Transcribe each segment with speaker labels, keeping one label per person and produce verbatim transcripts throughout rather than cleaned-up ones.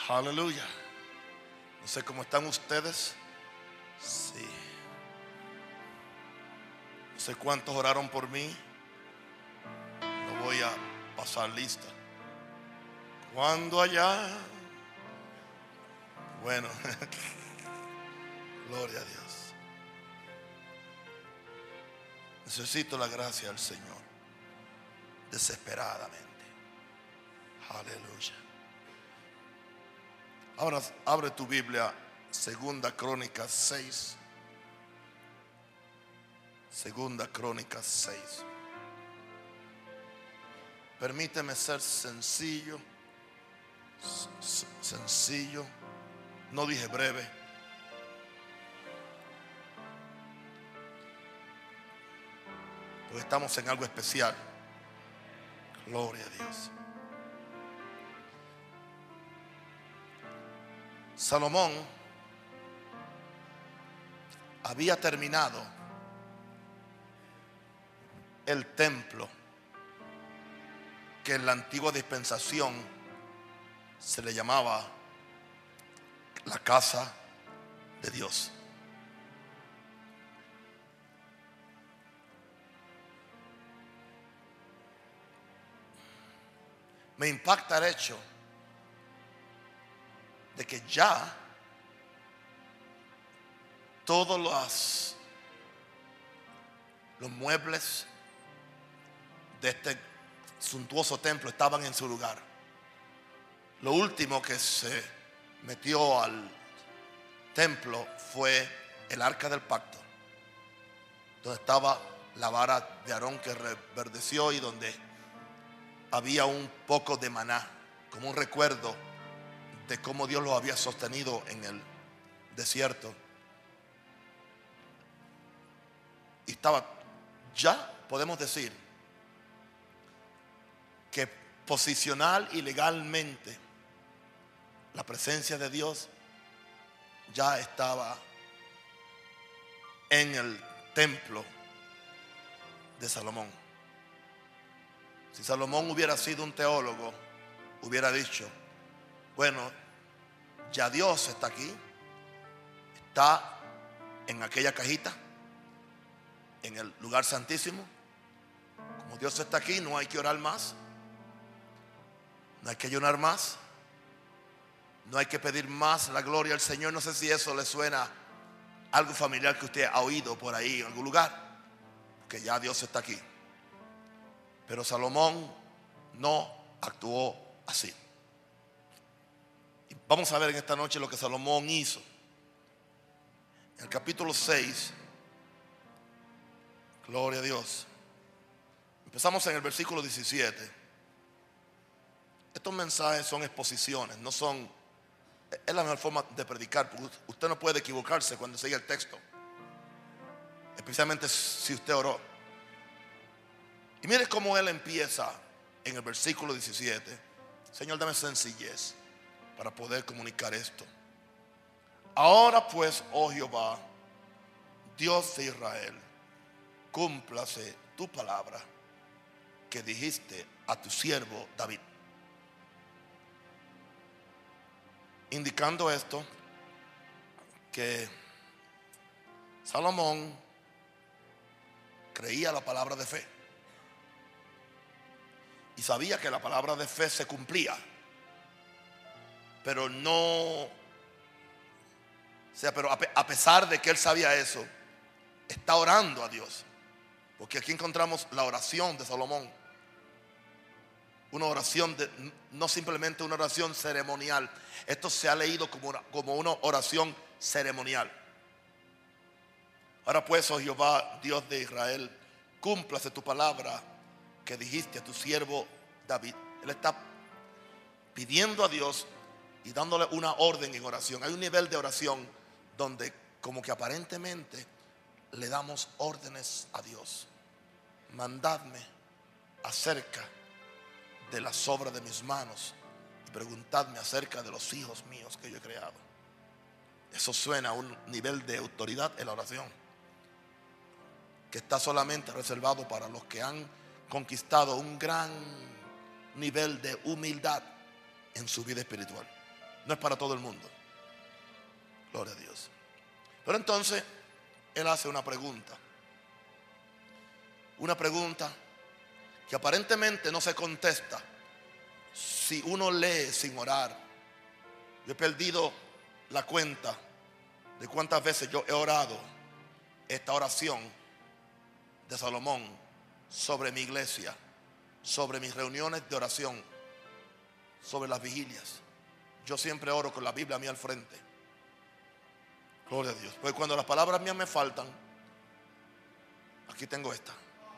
Speaker 1: Aleluya. No sé cómo están ustedes. Sí. No sé cuántos oraron por mí. No voy a pasar lista. Cuando allá. Bueno. Gloria a Dios. Necesito la gracia del Señor desesperadamente. Aleluya. Ahora abre tu Biblia, Segunda Crónicas seis. Segunda Crónicas seis. Permíteme ser sencillo. Sencillo. No dije breve. Porque estamos en algo especial. Gloria a Dios. Salomón había terminado el templo que en la antigua dispensación se le llamaba la casa de Dios. Me impacta el hecho de que ya todos los, los muebles de este suntuoso templo estaban en su lugar. Lo último que se metió al templo fue el arca del pacto, donde estaba la vara de Aarón que reverdeció y donde había un poco de maná, como un recuerdo de cómo Dios los había sostenido en el desierto. Y estaba, ya podemos decir que posicional y legalmente la presencia de Dios ya estaba en el templo de Salomón. Si Salomón hubiera sido un teólogo, hubiera dicho: bueno, ya Dios está aquí, está en aquella cajita, en el lugar santísimo. Como Dios está aquí, no hay que orar más, no hay que ayunar más, no hay que pedir más la gloria al Señor. No sé si eso le suena algo familiar que usted ha oído por ahí en algún lugar, porque ya Dios está aquí. Pero Salomón no actuó así. Y vamos a ver en esta noche lo que Salomón hizo. En el capítulo seis, gloria a Dios. Empezamos en el versículo diecisiete. Estos mensajes son exposiciones, no son, es la mejor forma de predicar, porque usted no puede equivocarse cuando sigue el texto, especialmente si usted oró. Y mire cómo él empieza en el versículo diecisiete. Señor, dame sencillez para poder comunicar esto. Ahora pues, oh Jehová, Dios de Israel, cúmplase tu palabra que dijiste a tu siervo David. Indicando esto, que Salomón creía la palabra de fe y sabía que la palabra de fe se cumplía, pero no, o sea, pero a pesar de que él sabía eso, está orando a Dios, porque aquí encontramos la oración de Salomón, una oración de, no simplemente una oración ceremonial. Esto se ha leído como una, como una oración ceremonial. Ahora pues, oh Jehová, Dios de Israel, cúmplase tu palabra que dijiste a tu siervo David. Él está pidiendo a Dios y dándole una orden en oración. Hay un nivel de oración donde como que aparentemente le damos órdenes a Dios. Mandadme acerca de las obras de mis manos y preguntadme acerca de los hijos míos que yo he creado. Eso suena a un nivel de autoridad en la oración que está solamente reservado para los que han conquistado un gran nivel de humildad en su vida espiritual. no es para todo el mundo. Gloria a Dios. Pero entonces él hace una pregunta. Una pregunta que aparentemente no se contesta si uno lee sin orar. Yo he perdido la cuenta de cuántas veces yo he orado esta oración de Salomón sobre mi iglesia, sobre mis reuniones de oración, sobre las vigilias. Yo siempre oro con la Biblia a mí al frente. Gloria a Dios. Pues cuando las palabras mías me faltan, aquí tengo esta.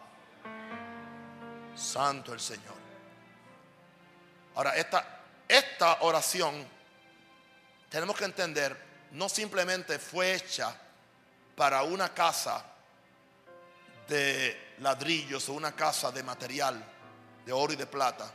Speaker 1: Santo el Señor. Ahora, esta, esta oración tenemos que entender, no simplemente fue hecha para una casa de ladrillos o una casa de material de oro y de plata,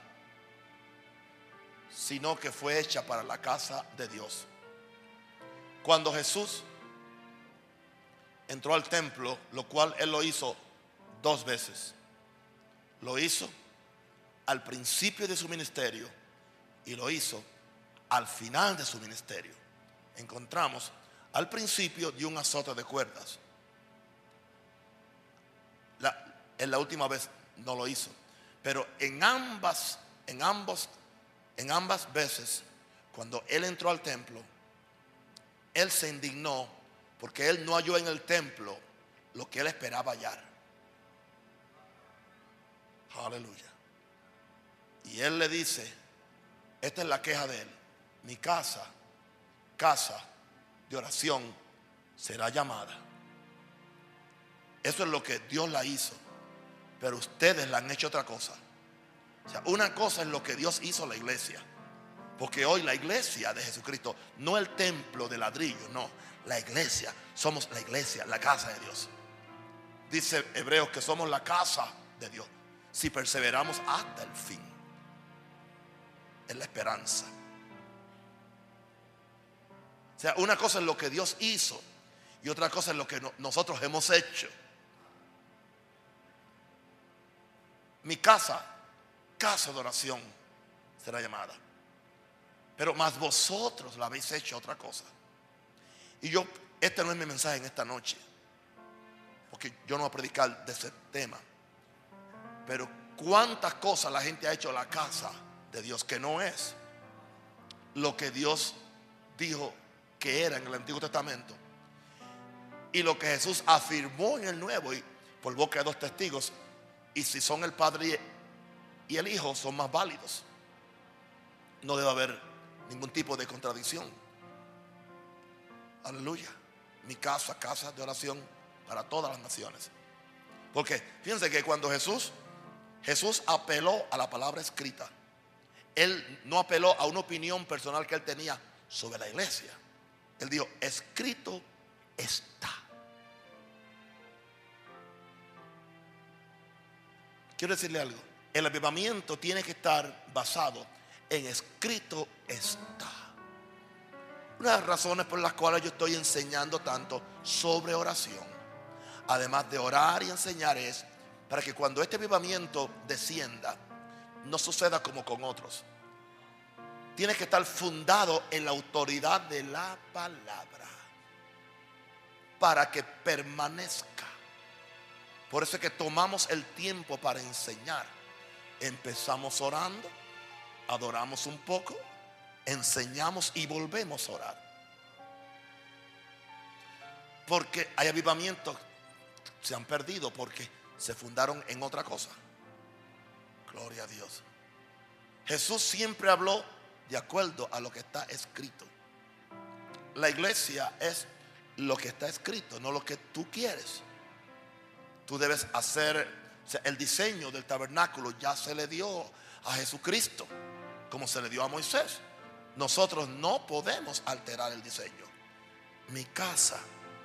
Speaker 1: sino que fue hecha para la casa de Dios. Cuando Jesús entró al templo, lo cual él lo hizo dos veces, lo hizo al principio de su ministerio y lo hizo al final de su ministerio. Encontramos al principio de un azote de cuerdas. La, en la última vez no lo hizo, pero en ambas, en ambos, en ambas veces, cuando él entró al templo, él se indignó porque él no halló en el templo lo que él esperaba hallar. Aleluya. Y él le dice, esta es la queja de él: mi casa, casa de oración será llamada. Eso es lo que Dios la hizo, pero ustedes la han hecho otra cosa. O sea, una cosa es lo que Dios hizo la iglesia, porque hoy la iglesia de Jesucristo, no el templo de ladrillo, no, la iglesia, somos la iglesia, la casa de Dios. Dice Hebreos que somos la casa de Dios si perseveramos hasta el fin. Es la esperanza. O sea, una cosa es lo que Dios hizo y otra cosa es lo que no, nosotros hemos hecho. Mi casa, casa de oración será llamada, pero más vosotros la habéis hecho otra cosa. Y yo, este no es mi mensaje en esta noche, porque yo no voy a predicar de ese tema. Pero cuántas cosas la gente ha hecho la casa de Dios que no es lo que Dios dijo que era en el Antiguo Testamento, y lo que Jesús afirmó en el Nuevo, y por boca de dos testigos. Y si son el Padre y el Hijo, son más válidos. No debe haber ningún tipo de contradicción. Aleluya. Mi casa, casa de oración para todas las naciones. Porque fíjense que cuando Jesús Jesús apeló a la palabra escrita, él no apeló a una opinión personal que él tenía sobre la iglesia. Él dijo, escrito está. Quiero decirle algo: el avivamiento tiene que estar basado en escrito está. Una de las razones por las cuales yo estoy enseñando tanto sobre oración, además de orar y enseñar, es para que cuando este avivamiento descienda, no suceda como con otros. Tiene que estar fundado en la autoridad de la palabra para que permanezca. Por eso es que tomamos el tiempo para enseñar. Empezamos orando, adoramos un poco, enseñamos y volvemos a orar. Porque hay avivamientos que se han perdido porque se fundaron en otra cosa. Gloria a Dios. Jesús siempre habló de acuerdo a lo que está escrito. La iglesia es lo que está escrito, no lo que tú quieres. Tú debes hacer, o sea, el diseño del tabernáculo ya se le dio a Jesucristo, como se le dio a Moisés. Nosotros no podemos alterar el diseño. Mi casa,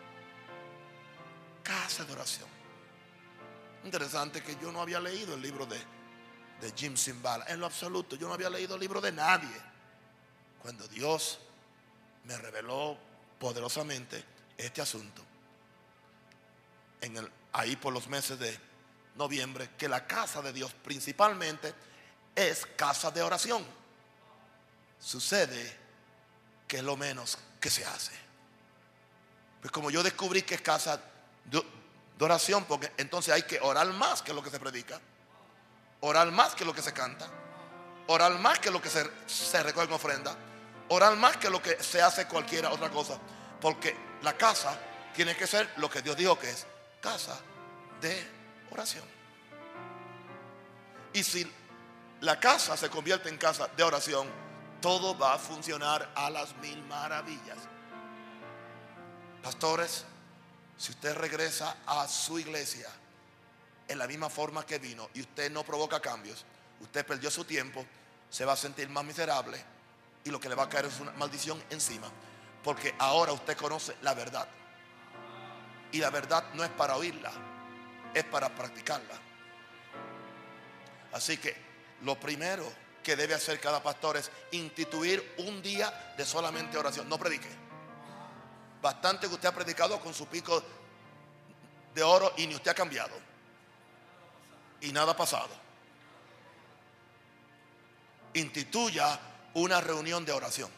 Speaker 1: casa de oración. Interesante que yo no había leído el libro de, de Jim Cymbala, en lo absoluto. Yo no había leído el libro de nadie, cuando Dios me reveló poderosamente este asunto en el, ahí por los meses de noviembre, que la casa de Dios principalmente es casa de oración. Sucede que es lo menos que se hace. Pues como yo descubrí que es casa de, de oración, porque entonces hay que orar más que lo que se predica, orar más que lo que se canta, orar más que lo que se, se recoge en ofrenda, orar más que lo que se hace cualquier otra cosa. Porque la casa tiene que ser lo que Dios dijo que es: casa de oración. Y si la casa se convierte en casa de oración, todo va a funcionar a las mil maravillas. Pastores, si usted regresa a su iglesia en la misma forma que vino y usted no provoca cambios, usted perdió su tiempo, se va a sentir más miserable y lo que le va a caer es una maldición encima. Porque ahora usted conoce la verdad, y la verdad no es para oírla, es para practicarla. Así que lo primero que debe hacer cada pastor es instituir un día de solamente oración. No predique. Bastante que usted ha predicado con su pico de oro y ni usted ha cambiado y nada ha pasado. Instituya una reunión de oración.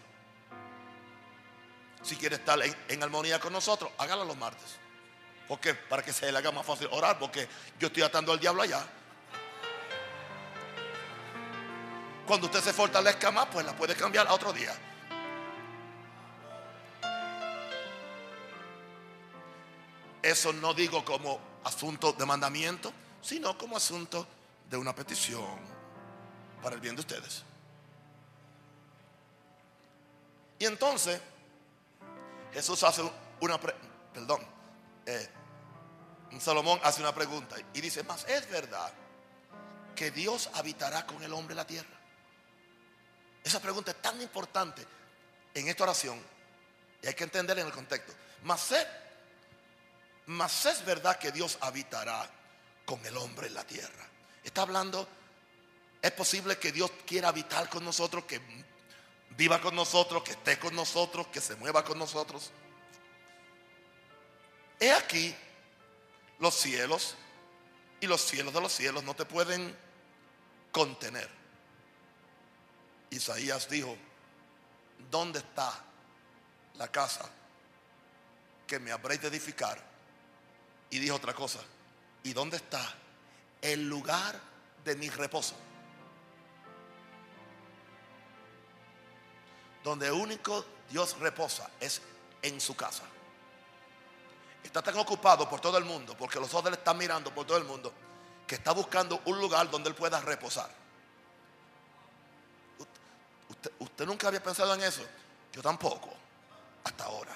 Speaker 1: Si quiere estar en, en armonía con nosotros, hágalo los martes. ¿Por qué? Para que se le haga más fácil orar, porque yo estoy atando al diablo allá. Cuando usted se fortalezca más, pues la puede cambiar a otro día. Eso no digo como asunto de mandamiento, sino como asunto de una petición para el bien de ustedes. Y entonces Jesús hace una pre perdón eh, Salomón hace una pregunta y dice: mas es verdad que Dios habitará con el hombre en la tierra. Esa pregunta es tan importante en esta oración y hay que entenderla en el contexto. Mas es, mas es verdad que Dios habitará con el hombre en la tierra. Está hablando, es posible que Dios quiera habitar con nosotros, que viva con nosotros, que esté con nosotros, que se mueva con nosotros. He aquí los cielos, y los cielos de los cielos no te pueden contener. Isaías dijo: ¿dónde está la casa que me habréis de edificar? Y dijo otra cosa: ¿y dónde está el lugar de mi reposo? Donde único Dios reposa es en su casa. Está tan ocupado por todo el mundo, porque los ojos le están mirando por todo el mundo, que está buscando un lugar donde él pueda reposar. Usted, usted nunca había pensado en eso. Yo tampoco, hasta ahora.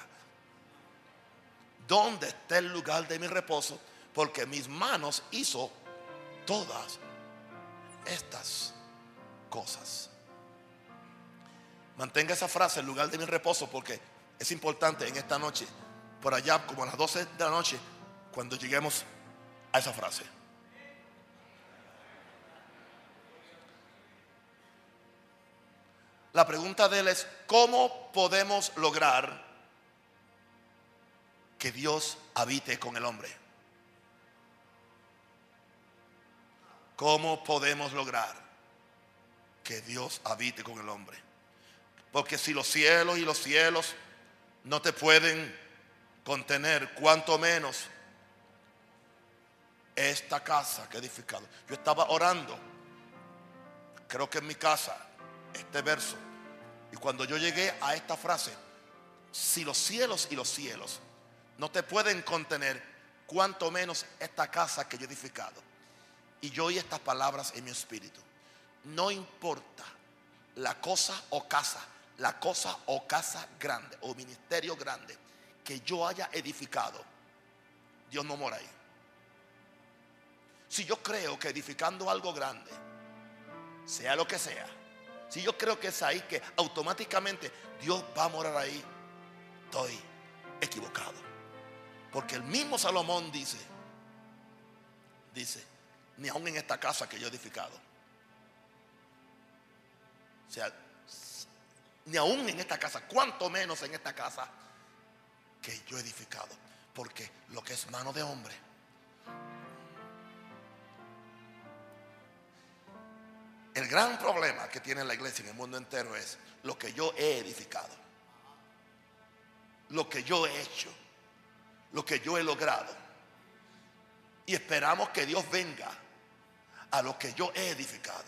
Speaker 1: ¿Dónde está el lugar de mi reposo? Porque mis manos hizo todas estas cosas. Mantenga esa frase, el lugar de mi reposo, porque es importante en esta noche, por allá como a las doce de la noche, cuando lleguemos a esa frase. La pregunta de él es: ¿cómo podemos lograr que Dios habite con el hombre? ¿Cómo podemos lograr que Dios habite con el hombre? Porque si los cielos y los cielos no te pueden contener, cuanto menos esta casa que he edificado. Yo estaba orando, creo que en mi casa, este verso, y cuando yo llegué a esta frase: si los cielos y los cielos no te pueden contener, cuanto menos esta casa que yo he edificado. Y yo oí estas palabras en mi espíritu: no importa la cosa o casa, la cosa o casa grande o ministerio grande que yo haya edificado, Dios no mora ahí. Si yo creo que edificando algo grande, sea lo que sea, si yo creo que es ahí que automáticamente Dios va a morar ahí, estoy equivocado. Porque el mismo Salomón dice, dice, ni aún en esta casa que yo he edificado, o sea, ni aún en esta casa, cuanto menos en esta casa que yo he edificado. Porque lo que es mano de hombre, el gran problema que tiene la iglesia en el mundo entero es lo que yo he edificado. lo que yo he hecho, lo que yo he logrado. Y esperamos que Dios venga a lo que yo he edificado.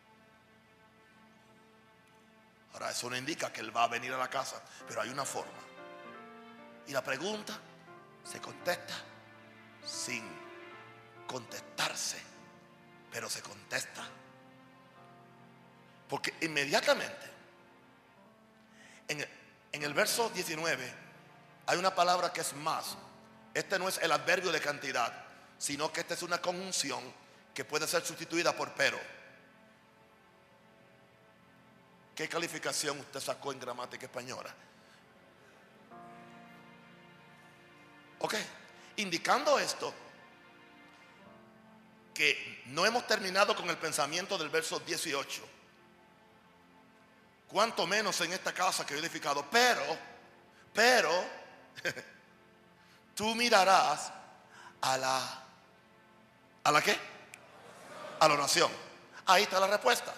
Speaker 1: Ahora, eso no indica que Él va a venir a la casa, pero hay una forma. Y la pregunta se contesta sin contestarse, pero se contesta. Porque inmediatamente en el, en el verso diecinueve hay una palabra que es más. Este no es el adverbio de cantidad, sino que esta es una conjunción que puede ser sustituida por pero. ¿Qué calificación usted sacó en gramática española? Ok, indicando esto, que no hemos terminado con el pensamiento del verso dieciocho. Cuanto menos en esta casa que he edificado. Pero, pero, tú mirarás a la, ¿a la qué? A la oración. Ahí está la respuesta.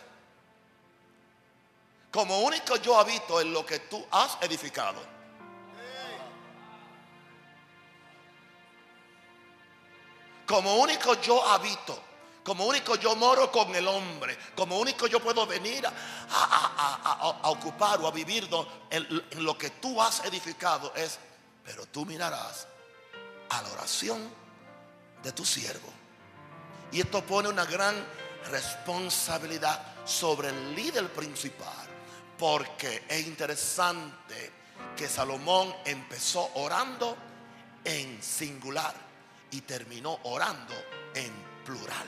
Speaker 1: Como único yo habito en lo que tú has edificado. Como único yo habito, como único yo moro con el hombre, como único yo puedo venir a, a, a, a, a ocupar o a vivir en, en lo que tú has edificado es, pero tú mirarás a la oración de tu siervo. Y esto pone una gran responsabilidad sobre el líder principal, porque es interesante que Salomón empezó orando en singular y terminó orando en plural.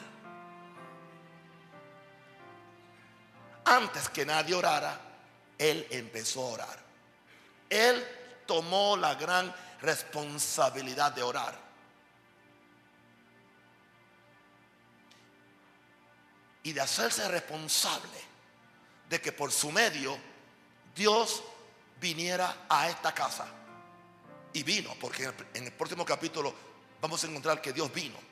Speaker 1: Antes que nadie orara, él empezó a orar. Él tomó la gran responsabilidad de orar. Y de hacerse responsable de que por su medio Dios viniera a esta casa. Y vino, porque en el próximo capítulo vamos a encontrar que Dios vino.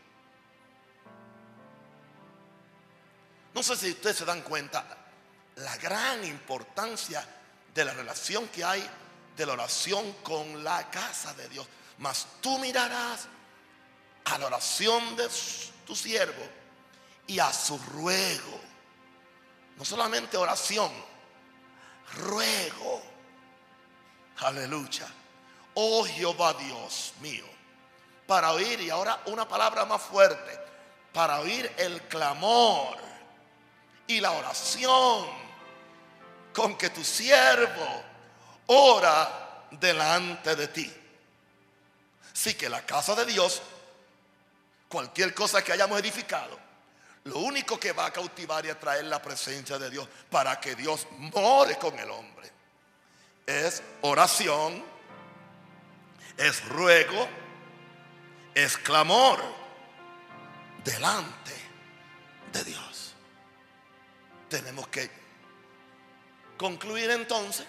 Speaker 1: No sé si ustedes se dan cuenta la gran importancia de la relación que hay de la oración con la casa de Dios. Mas tú mirarás a la oración de tu siervo y a su ruego. No solamente oración, ruego. Aleluya. Oh Jehová Dios mío, para oír, y ahora una palabra más fuerte, para oír el clamor y la oración con que tu siervo ora delante de ti. Así que la casa de Dios, cualquier cosa que hayamos edificado, lo único que va a cautivar y atraer la presencia de Dios para que Dios more con el hombre es oración, es ruego, es clamor delante de Dios. Tenemos que concluir entonces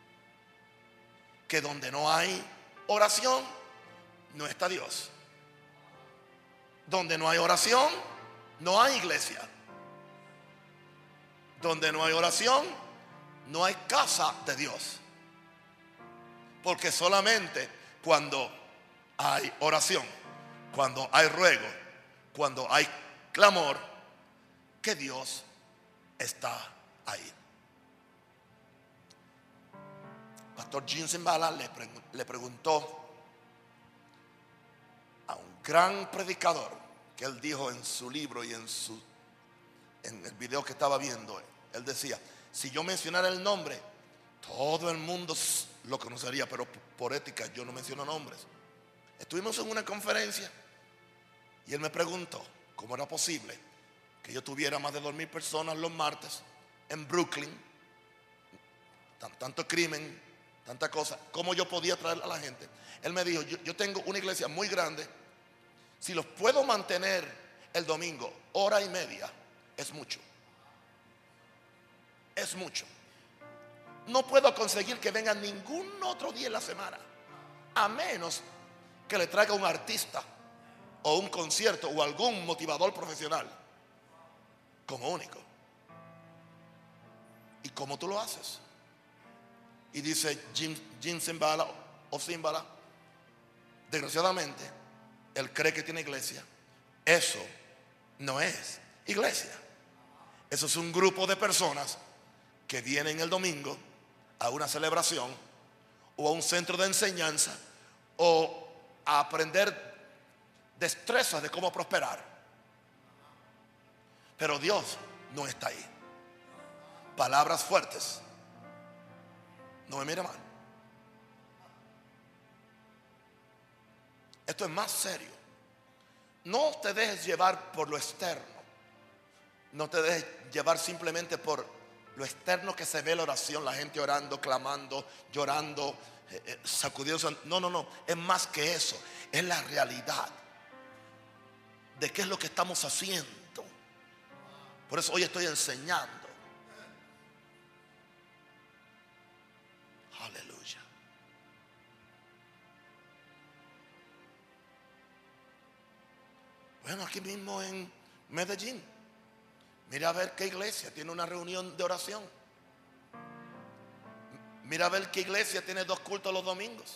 Speaker 1: que donde no hay oración, no está Dios. Donde no hay oración, no hay iglesia. Donde no hay oración, no hay casa de Dios. Porque solamente cuando hay oración, cuando hay ruego, cuando hay clamor, que Dios está ahí. Pastor Jim Zimbala le, pre le preguntó a un gran predicador que él dijo en su libro y en su en el video que estaba viendo, él decía: si yo mencionara el nombre, todo el mundo lo conocería, pero por ética yo no menciono nombres. Estuvimos en una conferencia y él me preguntó cómo era posible que yo tuviera más de dos mil personas los martes en Brooklyn, tanto crimen, tanta cosa, cómo yo podía traer a la gente. Él me dijo: yo, yo tengo una iglesia muy grande, si los puedo mantener el domingo hora y media, es mucho, es mucho. No puedo conseguir que vengan ningún otro día en la semana, a menos que le traiga un artista o un concierto o algún motivador profesional como único. ¿Y cómo tú lo haces? Y dice Jim, Jim Zimbala, o címbala, desgraciadamente, él cree que tiene iglesia. Eso no es iglesia. Eso es un grupo de personas que vienen el domingo a una celebración o a un centro de enseñanza o a aprender destrezas de cómo prosperar. Pero Dios no está ahí. Palabras fuertes. No me mire mal. Esto es más serio. No te dejes llevar por lo externo. No te dejes llevar simplemente por lo externo que se ve la oración, la gente orando, clamando, llorando, eh, eh, sacudiéndose. No, no, no. Es más que eso. Es la realidad de qué es lo que estamos haciendo. Por eso hoy estoy enseñando. Aleluya. Bueno, aquí mismo en Medellín, mira a ver qué iglesia tiene una reunión de oración. Mira a ver qué iglesia tiene dos cultos los domingos.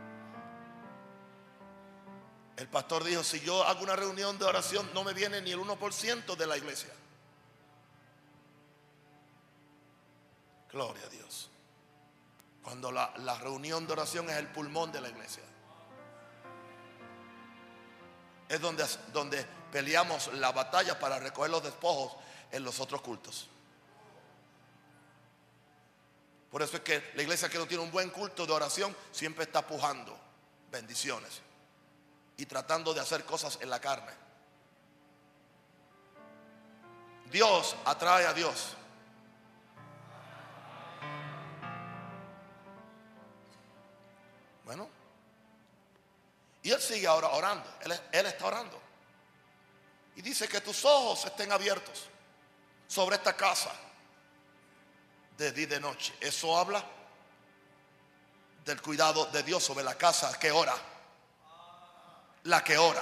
Speaker 1: El pastor dijo, si yo hago una reunión de oración, no me viene ni el uno por ciento de la iglesia. Gloria a Dios. Cuando la, la reunión de oración es el pulmón de la iglesia. Es donde, donde peleamos la batalla para recoger los despojos en los otros cultos. Por eso es que la iglesia que no tiene un buen culto de oración siempre está pujando bendiciones y tratando de hacer cosas en la carne. Dios atrae a Dios. Bueno, y él sigue ahora orando. Él, él está orando. Y dice que tus ojos estén abiertos sobre esta casa de día y de noche. Eso habla del cuidado de Dios sobre la casa que ora. La que ora.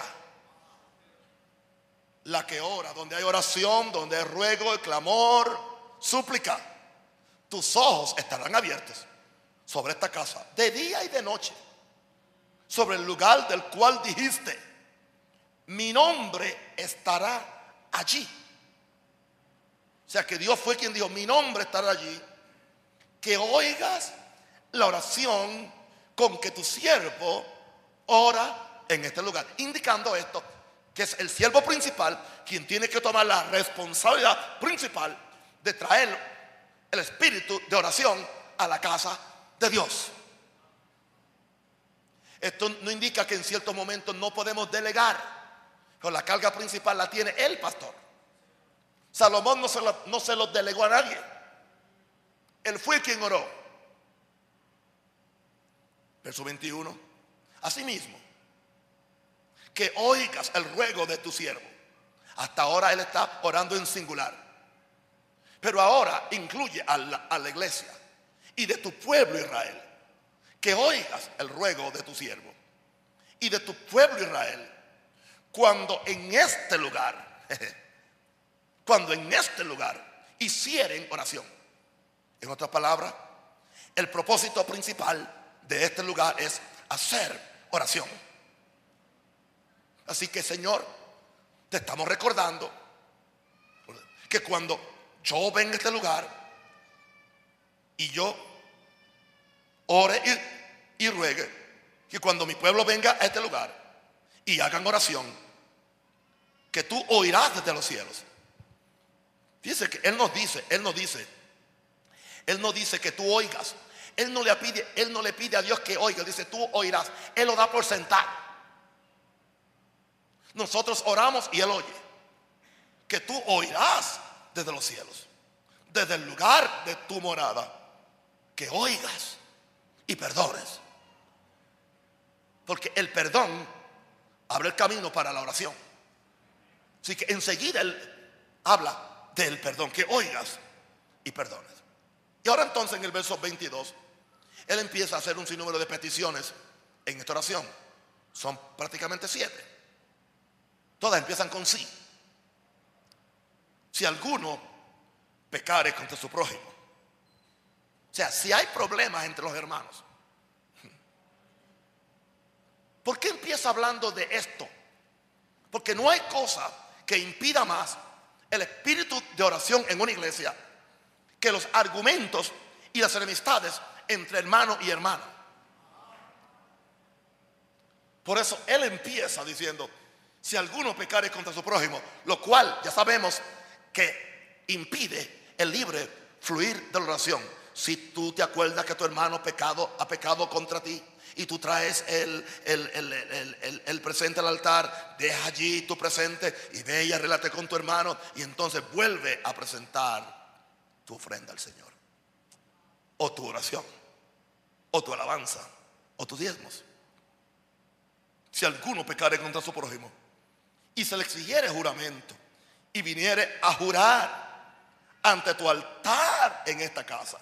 Speaker 1: La que ora. Donde hay oración, donde hay ruego, clamor, súplica. Tus ojos estarán abiertos sobre esta casa de día y de noche, sobre el lugar del cual dijiste, mi nombre estará allí. O sea que Dios fue quien dijo, mi nombre estará allí. Que oigas la oración con que tu siervo ora en este lugar, indicando esto, que es el siervo principal quien tiene que tomar la responsabilidad principal de traer el espíritu de oración a la casa de Dios. Esto no indica que en ciertos momentos no podemos delegar, pero la carga principal la tiene el pastor. Salomón no se lo, no se lo delegó a nadie. Él fue quien oró. Verso veintiuno. Asimismo, que oigas el ruego de tu siervo. Hasta ahora él está orando en singular, pero ahora incluye a la, a la iglesia y de tu pueblo Israel, que oigas el ruego de tu siervo y de tu pueblo Israel, cuando en este lugar, cuando en este lugar hicieren oración. En otras palabras, el propósito principal de este lugar es hacer oración. Así que, Señor, te estamos recordando que cuando yo venga a este lugar y yo ore y, y ruegue, que cuando mi pueblo venga a este lugar y hagan oración, que tú oirás desde los cielos. Fíjese que Él nos dice, Él nos dice, Él no dice que tú oigas. Él no le pide, Él no le pide a Dios que oiga, dice tú oirás. Él lo da por sentado. Nosotros oramos y Él oye. Que tú oirás desde los cielos, desde el lugar de tu morada, que oigas y perdones. Porque el perdón abre el camino para la oración. Así que enseguida Él habla del perdón, que oigas y perdones. Y ahora entonces en el verso veintidós, Él empieza a hacer un sinnúmero de peticiones en esta oración. Son prácticamente siete. Todas empiezan con sí. Si alguno pecare contra su prójimo. O sea, si hay problemas entre los hermanos, ¿Por qué empieza hablando de esto? Porque no hay cosa que impida más el espíritu de oración en una iglesia que los argumentos y las enemistades entre hermano y hermana. Por eso él empieza diciendo: si alguno pecare contra su prójimo, lo cual ya sabemos que impide el libre fluir de la oración. Si tú te acuerdas que tu hermano pecado, ha pecado contra ti, y tú traes el, el, el, el, el, el presente al altar, deja allí tu presente y ve y arréglate con tu hermano, y entonces vuelve a presentar tu ofrenda al Señor, o tu oración, o tu alabanza, o tus diezmos. Si alguno pecare contra su prójimo y se le exigiere juramento y viniere a jurar ante tu altar en esta casa,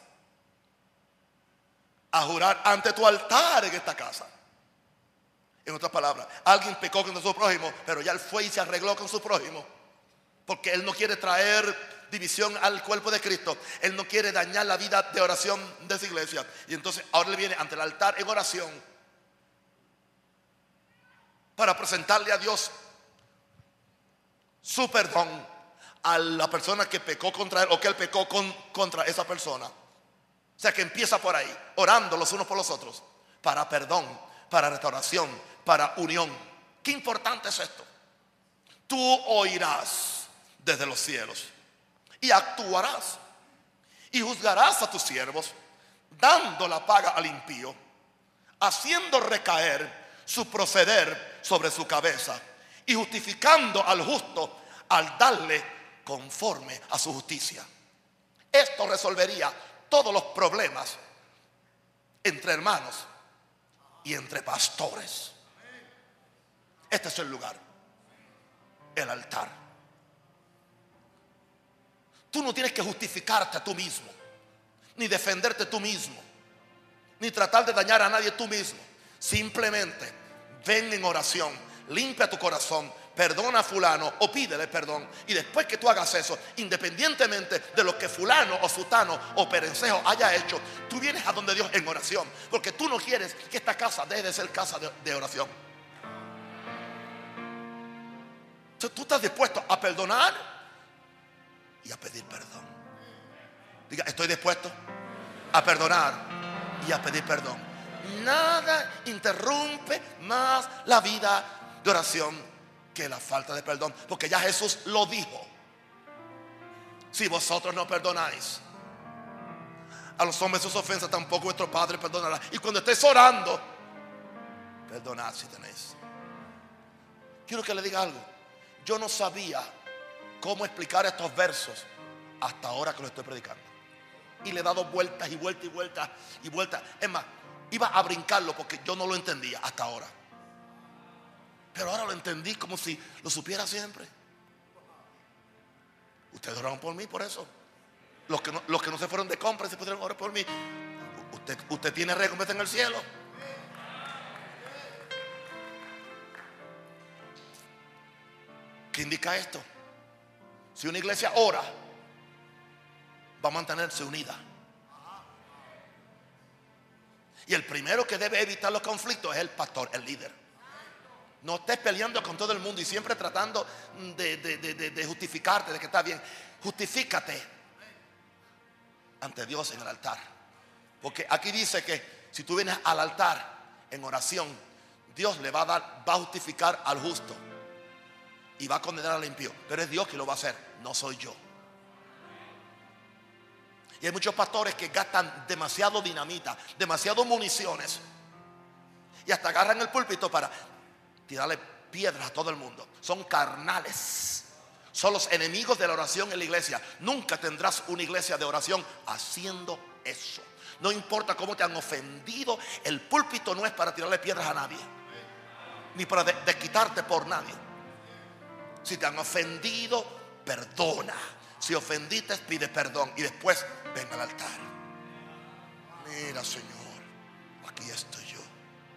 Speaker 1: a jurar ante tu altar en esta casa. En otras palabras, alguien pecó contra su prójimo, pero ya él fue y se arregló con su prójimo, porque él no quiere traer división al cuerpo de Cristo. Él no quiere dañar la vida de oración de esa iglesia. Y entonces ahora le viene ante el altar en oración para presentarle a Dios su perdón a la persona que pecó contra él, o que él pecó con, contra esa persona. O sea que empieza por ahí, orando los unos por los otros, para perdón, para restauración, para unión. Qué importante es esto. Tú oirás desde los cielos y actuarás y juzgarás a tus siervos, dando la paga al impío, haciendo recaer su proceder sobre su cabeza, y justificando al justo al darle conforme a su justicia. Esto resolvería todos los problemas entre hermanos y entre pastores. Este es el lugar, el altar. Tú no tienes que justificarte a tú mismo, ni defenderte tú mismo, ni tratar de dañar a nadie tú mismo. Simplemente ven en oración, limpia tu corazón, perdona a fulano o pídele perdón. Y después que tú hagas eso, independientemente de lo que fulano o sutano o perencejo haya hecho, tú vienes a donde Dios en oración, porque tú no quieres que esta casa deje de ser casa de, de oración. Entonces tú estás dispuesto a perdonar y a pedir perdón. Diga: estoy dispuesto a perdonar y a pedir perdón. Nada interrumpe más la vida de oración que la falta de perdón, porque ya Jesús lo dijo: si vosotros no perdonáis a los hombres sus ofensas, tampoco vuestro Padre perdonará. Y cuando estés orando, perdonad si tenéis. Quiero que le diga algo. Yo no sabía cómo explicar estos versos hasta ahora que lo estoy predicando, y le he dado vueltas y vueltas y vueltas y vueltas. Es más, iba a brincarlo porque yo no lo entendía hasta ahora, pero ahora lo entendí como si lo supiera siempre. Ustedes oraron por mí por eso. Los que no, los que no se fueron de compra se pudieron orar por mí. Usted, usted tiene recompensa en el cielo. ¿Qué indica esto? Si una iglesia ora, va a mantenerse unida. Y el primero que debe evitar los conflictos es el pastor, el líder. No estés peleando con todo el mundo y siempre tratando de, de, de, de justificarte de que está bien. Justifícate ante Dios en el altar. Porque aquí dice que si tú vienes al altar en oración, Dios le va a dar, va a justificar al justo y va a condenar al impío. Pero es Dios que lo va a hacer, no soy yo. Y hay muchos pastores que gastan demasiado dinamita, demasiado municiones, y hasta agarran el púlpito para tirarle piedras a todo el mundo. Son carnales. Son los enemigos de la oración en la iglesia. Nunca tendrás una iglesia de oración haciendo eso. No importa cómo te han ofendido, el púlpito no es para tirarle piedras a nadie, ni para desquitarte por nadie. Si te han ofendido, perdona. Si ofendiste, pide perdón y después ven al altar. Mira, Señor, aquí estoy yo.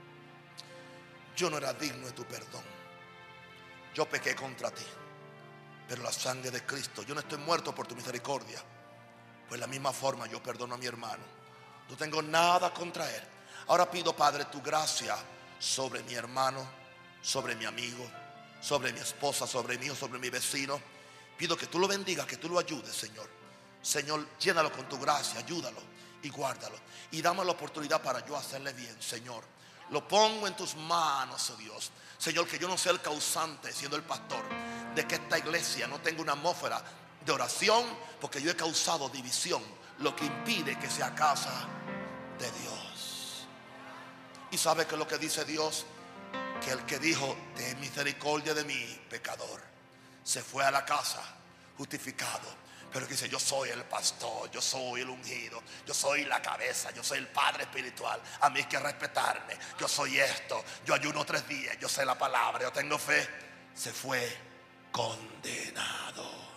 Speaker 1: Yo no era digno de tu perdón. Yo pequé contra ti, pero la sangre de Cristo, yo no estoy muerto por tu misericordia. Pues de la misma forma yo perdono a mi hermano. No tengo nada contra él. Ahora pido, Padre, tu gracia sobre mi hermano, sobre mi amigo, sobre mi esposa, sobre mi hijo, sobre mi vecino. Pido que tú lo bendigas, que tú lo ayudes, Señor. Señor, llénalo con tu gracia, ayúdalo y guárdalo. Y dame la oportunidad para yo hacerle bien, Señor. Lo pongo en tus manos, oh Dios. Señor, que yo no sea el causante, siendo el pastor, de que esta iglesia no tenga una atmósfera de oración, porque yo he causado división, lo que impide que sea casa de Dios. Y sabe que lo que dice Dios, que el que dijo ten misericordia de mí, pecador, se fue a la casa justificado. Pero que dice, yo soy el pastor, yo soy el ungido, yo soy la cabeza, yo soy el padre espiritual, a mí hay que respetarme, yo soy esto, yo ayuno tres días, yo sé la palabra, yo tengo fe. Se fue condenado.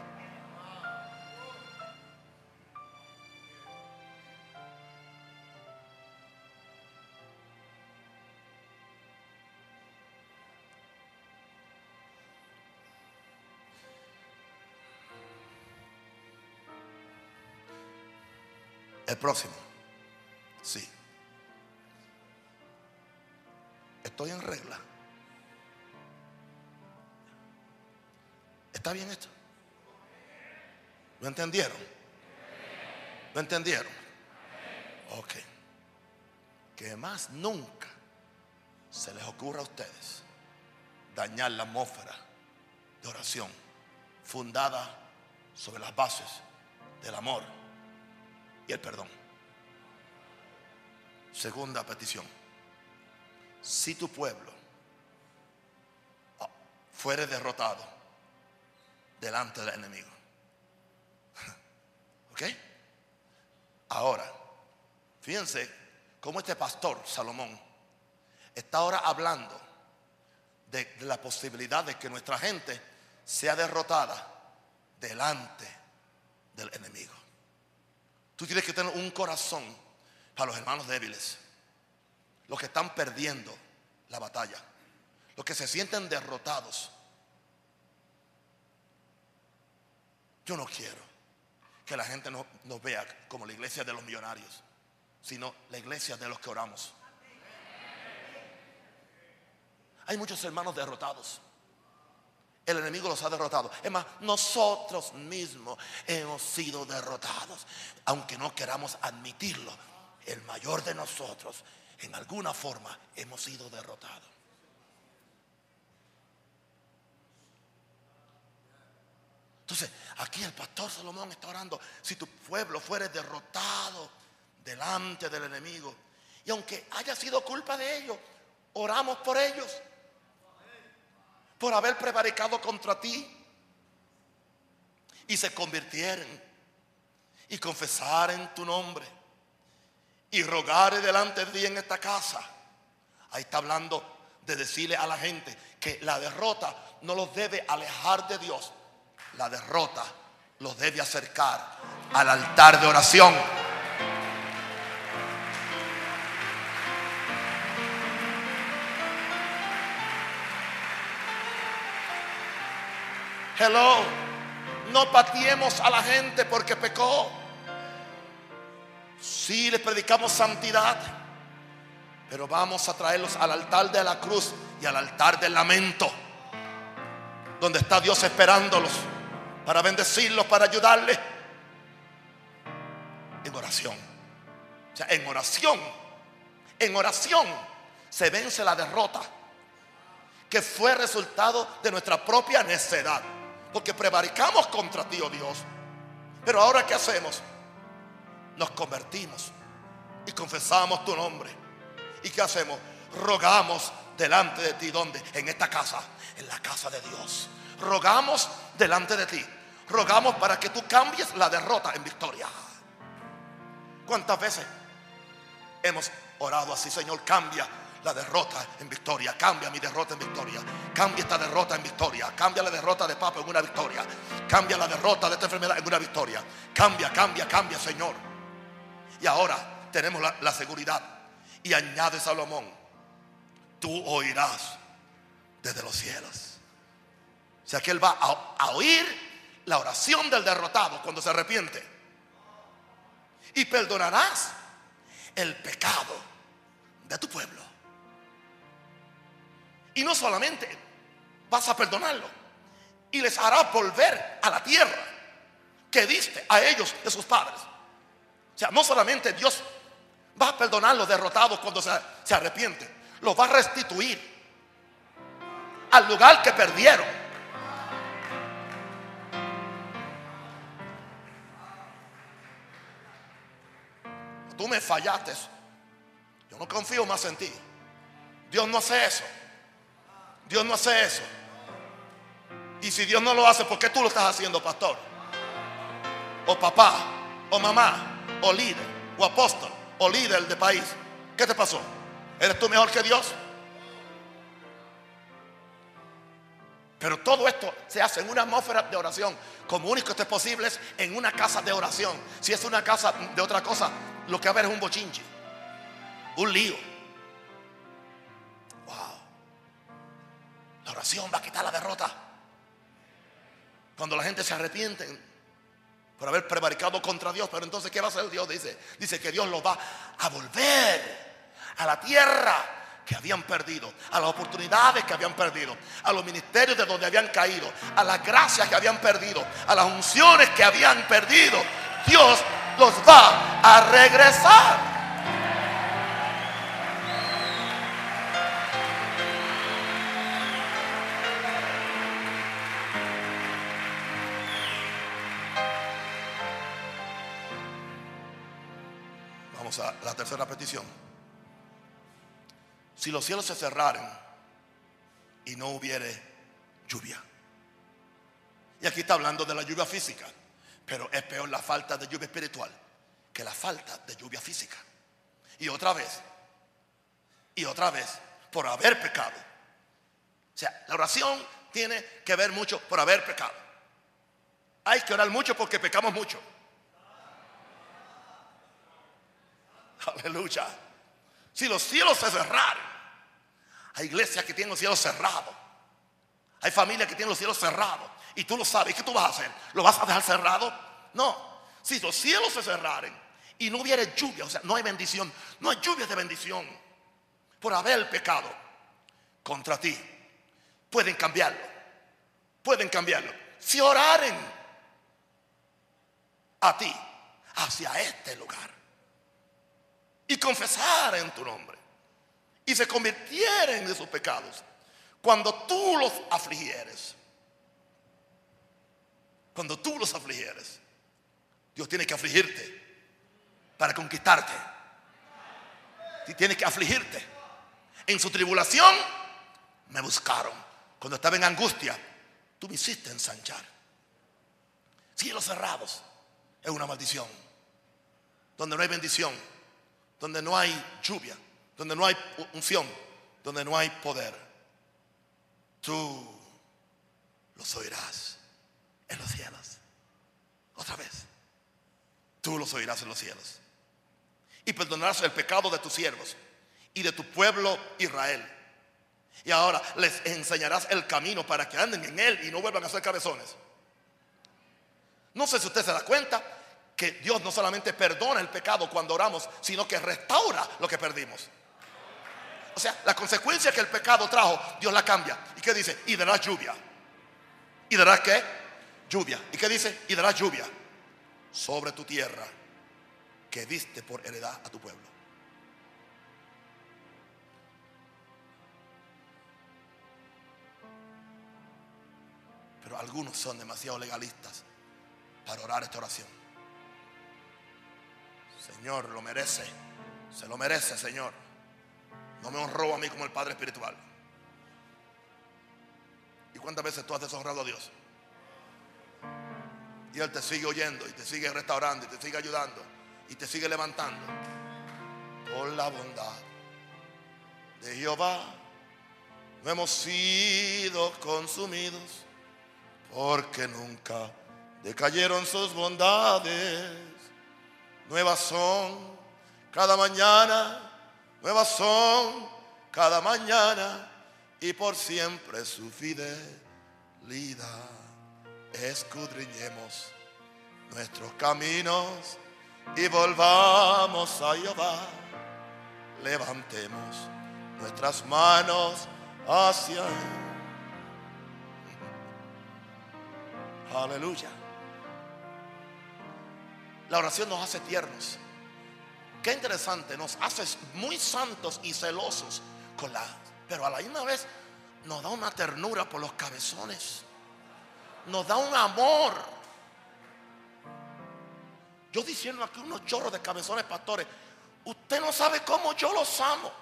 Speaker 1: El próximo. Sí. Estoy en regla. ¿Está bien esto? ¿Lo entendieron? ¿Lo entendieron? Ok. Que más nunca se les ocurra a ustedes dañar la atmósfera de oración fundada sobre las bases del amor y el perdón. Segunda petición: si tu pueblo fuere derrotado delante del enemigo. ¿Ok? Ahora, fíjense cómo este pastor Salomón está ahora hablando de, de la posibilidad de que nuestra gente sea derrotada delante del enemigo. Tú tienes que tener un corazón para los hermanos débiles, los que están perdiendo la batalla, los que se sienten derrotados. Yo no quiero que la gente no, nos vea como la iglesia de los millonarios, sino la iglesia de los que oramos. Hay muchos hermanos derrotados. El enemigo los ha derrotado. Es más, nosotros mismos hemos sido derrotados. Aunque no queramos admitirlo, el mayor de nosotros en alguna forma hemos sido derrotados. Entonces, aquí el pastor Salomón está orando: si tu pueblo fuere derrotado delante del enemigo, y aunque haya sido culpa de ellos, oramos por ellos, por haber prevaricado contra ti, y se convirtieren y confesaren tu nombre y rogare delante de ti en esta casa. Ahí está hablando de decirle a la gente que la derrota no los debe alejar de Dios. La derrota los debe acercar al altar de oración. Hello, no pateemos a la gente porque pecó. Sí, les predicamos santidad, pero vamos a traerlos al altar de la cruz y al altar del lamento, donde está Dios esperándolos para bendecirlos, para ayudarles. En oración. O sea, en oración, en oración se vence la derrota, que fue resultado de nuestra propia necedad, porque prevaricamos contra ti, oh Dios. Pero ahora, ¿qué hacemos? Nos convertimos y confesamos tu nombre. ¿Y qué hacemos? Rogamos delante de ti. ¿Dónde? En esta casa, en la casa de Dios. Rogamos delante de ti. Rogamos para que tú cambies la derrota en victoria. ¿Cuántas veces hemos orado así? Señor, cambia la derrota en victoria. Cambia mi derrota en victoria. Cambia esta derrota en victoria. Cambia la derrota de Papa en una victoria. Cambia la derrota de esta enfermedad en una victoria. Cambia, cambia, cambia, Señor. Y ahora tenemos la, la seguridad. Y añade Salomón: tú oirás desde los cielos. O sea que él va a, a oír la oración del derrotado cuando se arrepiente. Y perdonarás el pecado de tu pueblo. Y no solamente vas a perdonarlo, y les hará volver a la tierra que diste a ellos de sus padres. O sea, no solamente Dios va a perdonar los derrotados cuando se, se arrepienten, los va a restituir al lugar que perdieron. Tú me fallaste, yo no confío más en ti. Dios no hace eso. Dios no hace eso. Y si Dios no lo hace, ¿por qué tú lo estás haciendo, pastor? O papá, o mamá, o líder, o apóstol, o líder de país. ¿Qué te pasó? ¿Eres tú mejor que Dios? Pero todo esto se hace en una atmósfera de oración. Como único que es posible es en una casa de oración. Si es una casa de otra cosa, lo que va a haber es un bochinche, un lío. Wow. La oración va a quitar la derrota. Cuando la gente se arrepiente por haber prevaricado contra Dios. Pero entonces, ¿qué va a hacer Dios? Dice, dice que Dios los va a volver a la tierra que habían perdido, a las oportunidades que habían perdido, a los ministerios de donde habían caído, a las gracias que habían perdido, a las unciones que habían perdido. Dios los va a regresar. Vamos a la tercera petición. Si los cielos se cerraran y no hubiere lluvia. Y aquí está hablando de la lluvia física, pero es peor la falta de lluvia espiritual que la falta de lluvia física. Y otra vez, y otra vez, por haber pecado. O sea, la oración tiene que ver mucho por haber pecado. Hay que orar mucho porque pecamos mucho. Aleluya. Si los cielos se cerraran, hay iglesias que tienen los cielos cerrados, hay familias que tienen los cielos cerrados, y tú lo sabes. ¿Qué tú vas a hacer? ¿Lo vas a dejar cerrado? No. Si los cielos se cerraren y no hubiera lluvia, o sea, no hay bendición, no hay lluvia de bendición por haber pecado contra ti, pueden cambiarlo. Pueden cambiarlo si oraren a ti hacia este lugar y confesaren tu nombre y se convirtieren de sus pecados. Cuando tú los afligieres, cuando tú los afligieres, Dios tiene que afligirte para conquistarte. Tiene que afligirte. En su tribulación me buscaron. Cuando estaba en angustia, tú me hiciste ensanchar. Cielos cerrados es una maldición. Donde no hay bendición, donde no hay lluvia, donde no hay unción, donde no hay poder, tú los oirás en los cielos. Otra vez, tú los oirás en los cielos. Y perdonarás el pecado de tus siervos y de tu pueblo Israel. Y ahora les enseñarás el camino para que anden en él y no vuelvan a ser cabezones. No sé si usted se da cuenta que Dios no solamente perdona el pecado cuando oramos, sino que restaura lo que perdimos. O sea, la consecuencia que el pecado trajo, Dios la cambia. ¿Y qué dice? Y darás lluvia. ¿Y darás qué? Lluvia. ¿Y qué dice? Y darás lluvia sobre tu tierra que diste por heredad a tu pueblo. Pero algunos son demasiado legalistas para orar esta oración. Señor, lo merece. Se lo merece, Señor. No me honró a mí como el Padre espiritual. ¿Y cuántas veces tú has deshonrado a Dios? Y Él te sigue oyendo y te sigue restaurando y te sigue ayudando y te sigue levantando. Por la bondad de Jehová no hemos sido consumidos, porque nunca decayeron sus bondades. Nuevas son cada mañana, nuevas son cada mañana, y por siempre su fidelidad. Escudriñemos nuestros caminos y volvamos a Jehová. Levantemos nuestras manos hacia Él. Aleluya. La oración nos hace tiernos. Qué interesante, nos hace muy santos y celosos con la, pero a la misma vez nos da una ternura por los cabezones. Nos da un amor. Yo diciendo aquí unos chorros de cabezones, pastores, usted no sabe cómo yo los amo.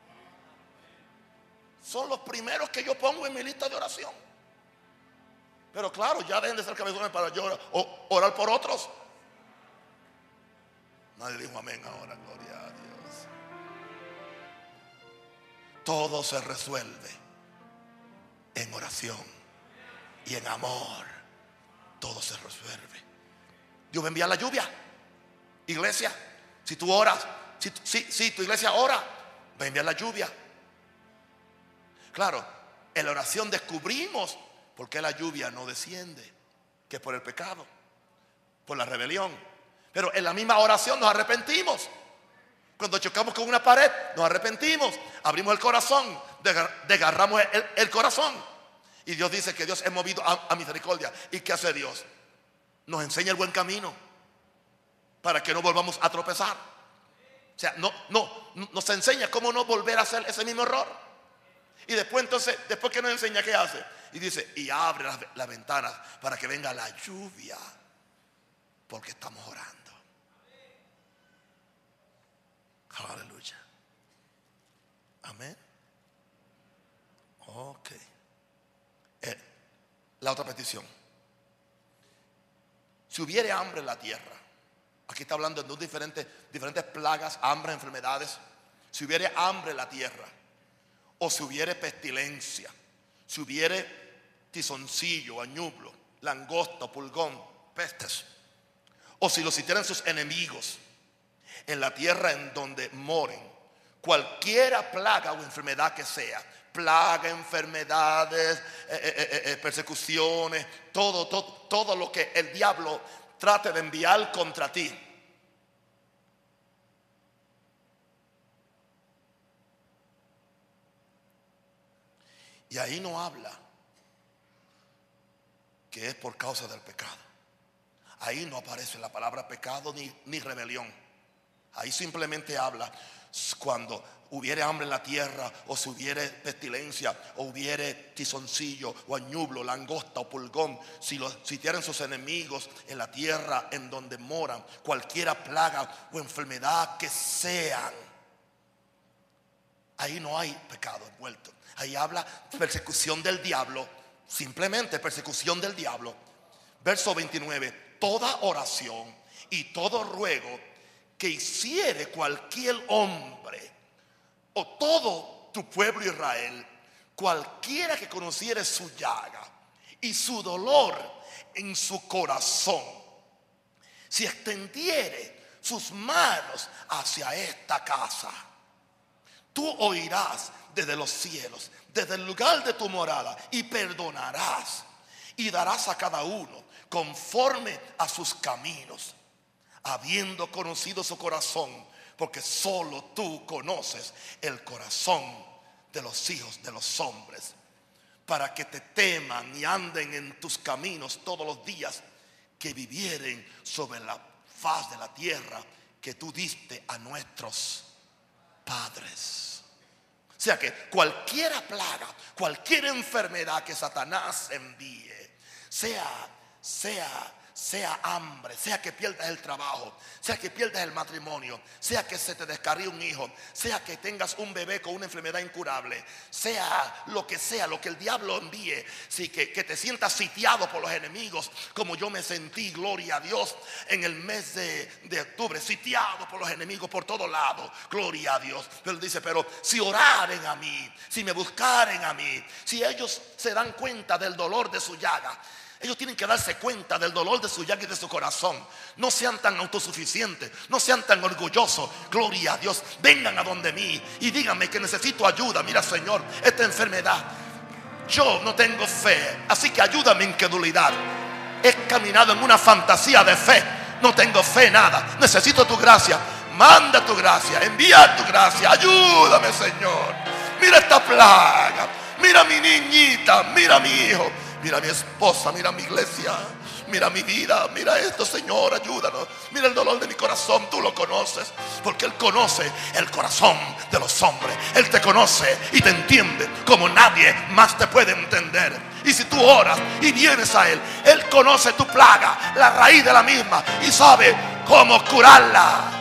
Speaker 1: Son los primeros que yo pongo en mi lista de oración. Pero claro, ya dejen de ser cabezones para yo orar, o, orar por otros. Nadie dijo amén ahora, gloria a Dios. Todo se resuelve en oración y en amor. Todo se resuelve. Dios va a enviar la lluvia. Iglesia, si tú oras, si, si, si tu iglesia ora, va a enviar la lluvia. Claro, en la oración descubrimos por qué la lluvia no desciende, que es por el pecado, por la rebelión. Pero en la misma oración nos arrepentimos. Cuando chocamos con una pared, nos arrepentimos, abrimos el corazón, desgarramos el, el corazón. Y Dios dice que Dios es movido a, a misericordia. ¿Y qué hace Dios? Nos enseña el buen camino para que no volvamos a tropezar. O sea, no, no, nos enseña cómo no volver a hacer ese mismo error. Y después entonces, después que nos enseña, ¿qué hace? Y dice, y abre las, las ventanas para que venga la lluvia, porque estamos orando. Aleluya. Amén. Ok. Eh, la otra petición. Si hubiere hambre en la tierra, aquí está hablando de dos diferentes, diferentes plagas, hambre, enfermedades. Si hubiere hambre en la tierra, o si hubiere pestilencia, si hubiere tizoncillo, añublo, langosta, pulgón, pestes, o si los hicieran sus enemigos en la tierra en donde moren, cualquiera plaga o enfermedad que sea, plaga, enfermedades, eh, eh, eh, persecuciones, todo, todo, todo lo que el diablo trate de enviar contra ti. Y ahí no habla que es por causa del pecado. Ahí no aparece la palabra pecado ni, ni rebelión. Ahí simplemente habla cuando hubiere hambre en la tierra, o si hubiere pestilencia, o hubiere tizoncillo, o añublo, langosta o pulgón, si los si tienen sus enemigos en la tierra en donde moran, cualquiera plaga o enfermedad que sean. Ahí no hay pecado envuelto. Ahí habla persecución del diablo, simplemente persecución del diablo. Verso veintinueve: toda oración y todo ruego que hiciere cualquier hombre o todo tu pueblo Israel, cualquiera que conociere su llaga y su dolor en su corazón, si extendiere sus manos hacia esta casa, tú oirás desde los cielos, desde el lugar de tu morada, y perdonarás y darás a cada uno conforme a sus caminos, habiendo conocido su corazón, porque solo tú conoces el corazón de los hijos de los hombres, para que te teman y anden en tus caminos todos los días que vivieren sobre la faz de la tierra que tú diste a nuestros padres. O sea que cualquier plaga, cualquier enfermedad que Satanás envíe, sea, sea, sea hambre, sea que pierdas el trabajo, sea que pierdas el matrimonio, sea que se te descarríe un hijo, sea que tengas un bebé con una enfermedad incurable, sea lo que sea, lo que el diablo envíe, sí, que, que te sientas sitiado por los enemigos, como yo me sentí, gloria a Dios, en el mes de, de octubre, sitiado por los enemigos por todos lados, gloria a Dios. Pero él dice, pero si oraren a mí, si me buscaren a mí, si ellos se dan cuenta del dolor de su llaga, ellos tienen que darse cuenta del dolor de su llaga y de su corazón. No sean tan autosuficientes, no sean tan orgullosos. Gloria a Dios. Vengan a donde mí y díganme que necesito ayuda. Mira, Señor, esta enfermedad, yo no tengo fe, así que ayúdame en incredulidad. He caminado en una fantasía de fe, no tengo fe, nada. Necesito tu gracia. Manda tu gracia, envía tu gracia. Ayúdame, Señor. Mira esta plaga. Mira a mi niñita, mira a mi hijo, mira a mi esposa, mira a mi iglesia, mira mi vida, mira esto, Señor, ayúdanos. Mira el dolor de mi corazón, tú lo conoces, porque Él conoce el corazón de los hombres. Él te conoce y te entiende como nadie más te puede entender. Y si tú oras y vienes a Él, Él conoce tu plaga, la raíz de la misma, y sabe cómo curarla.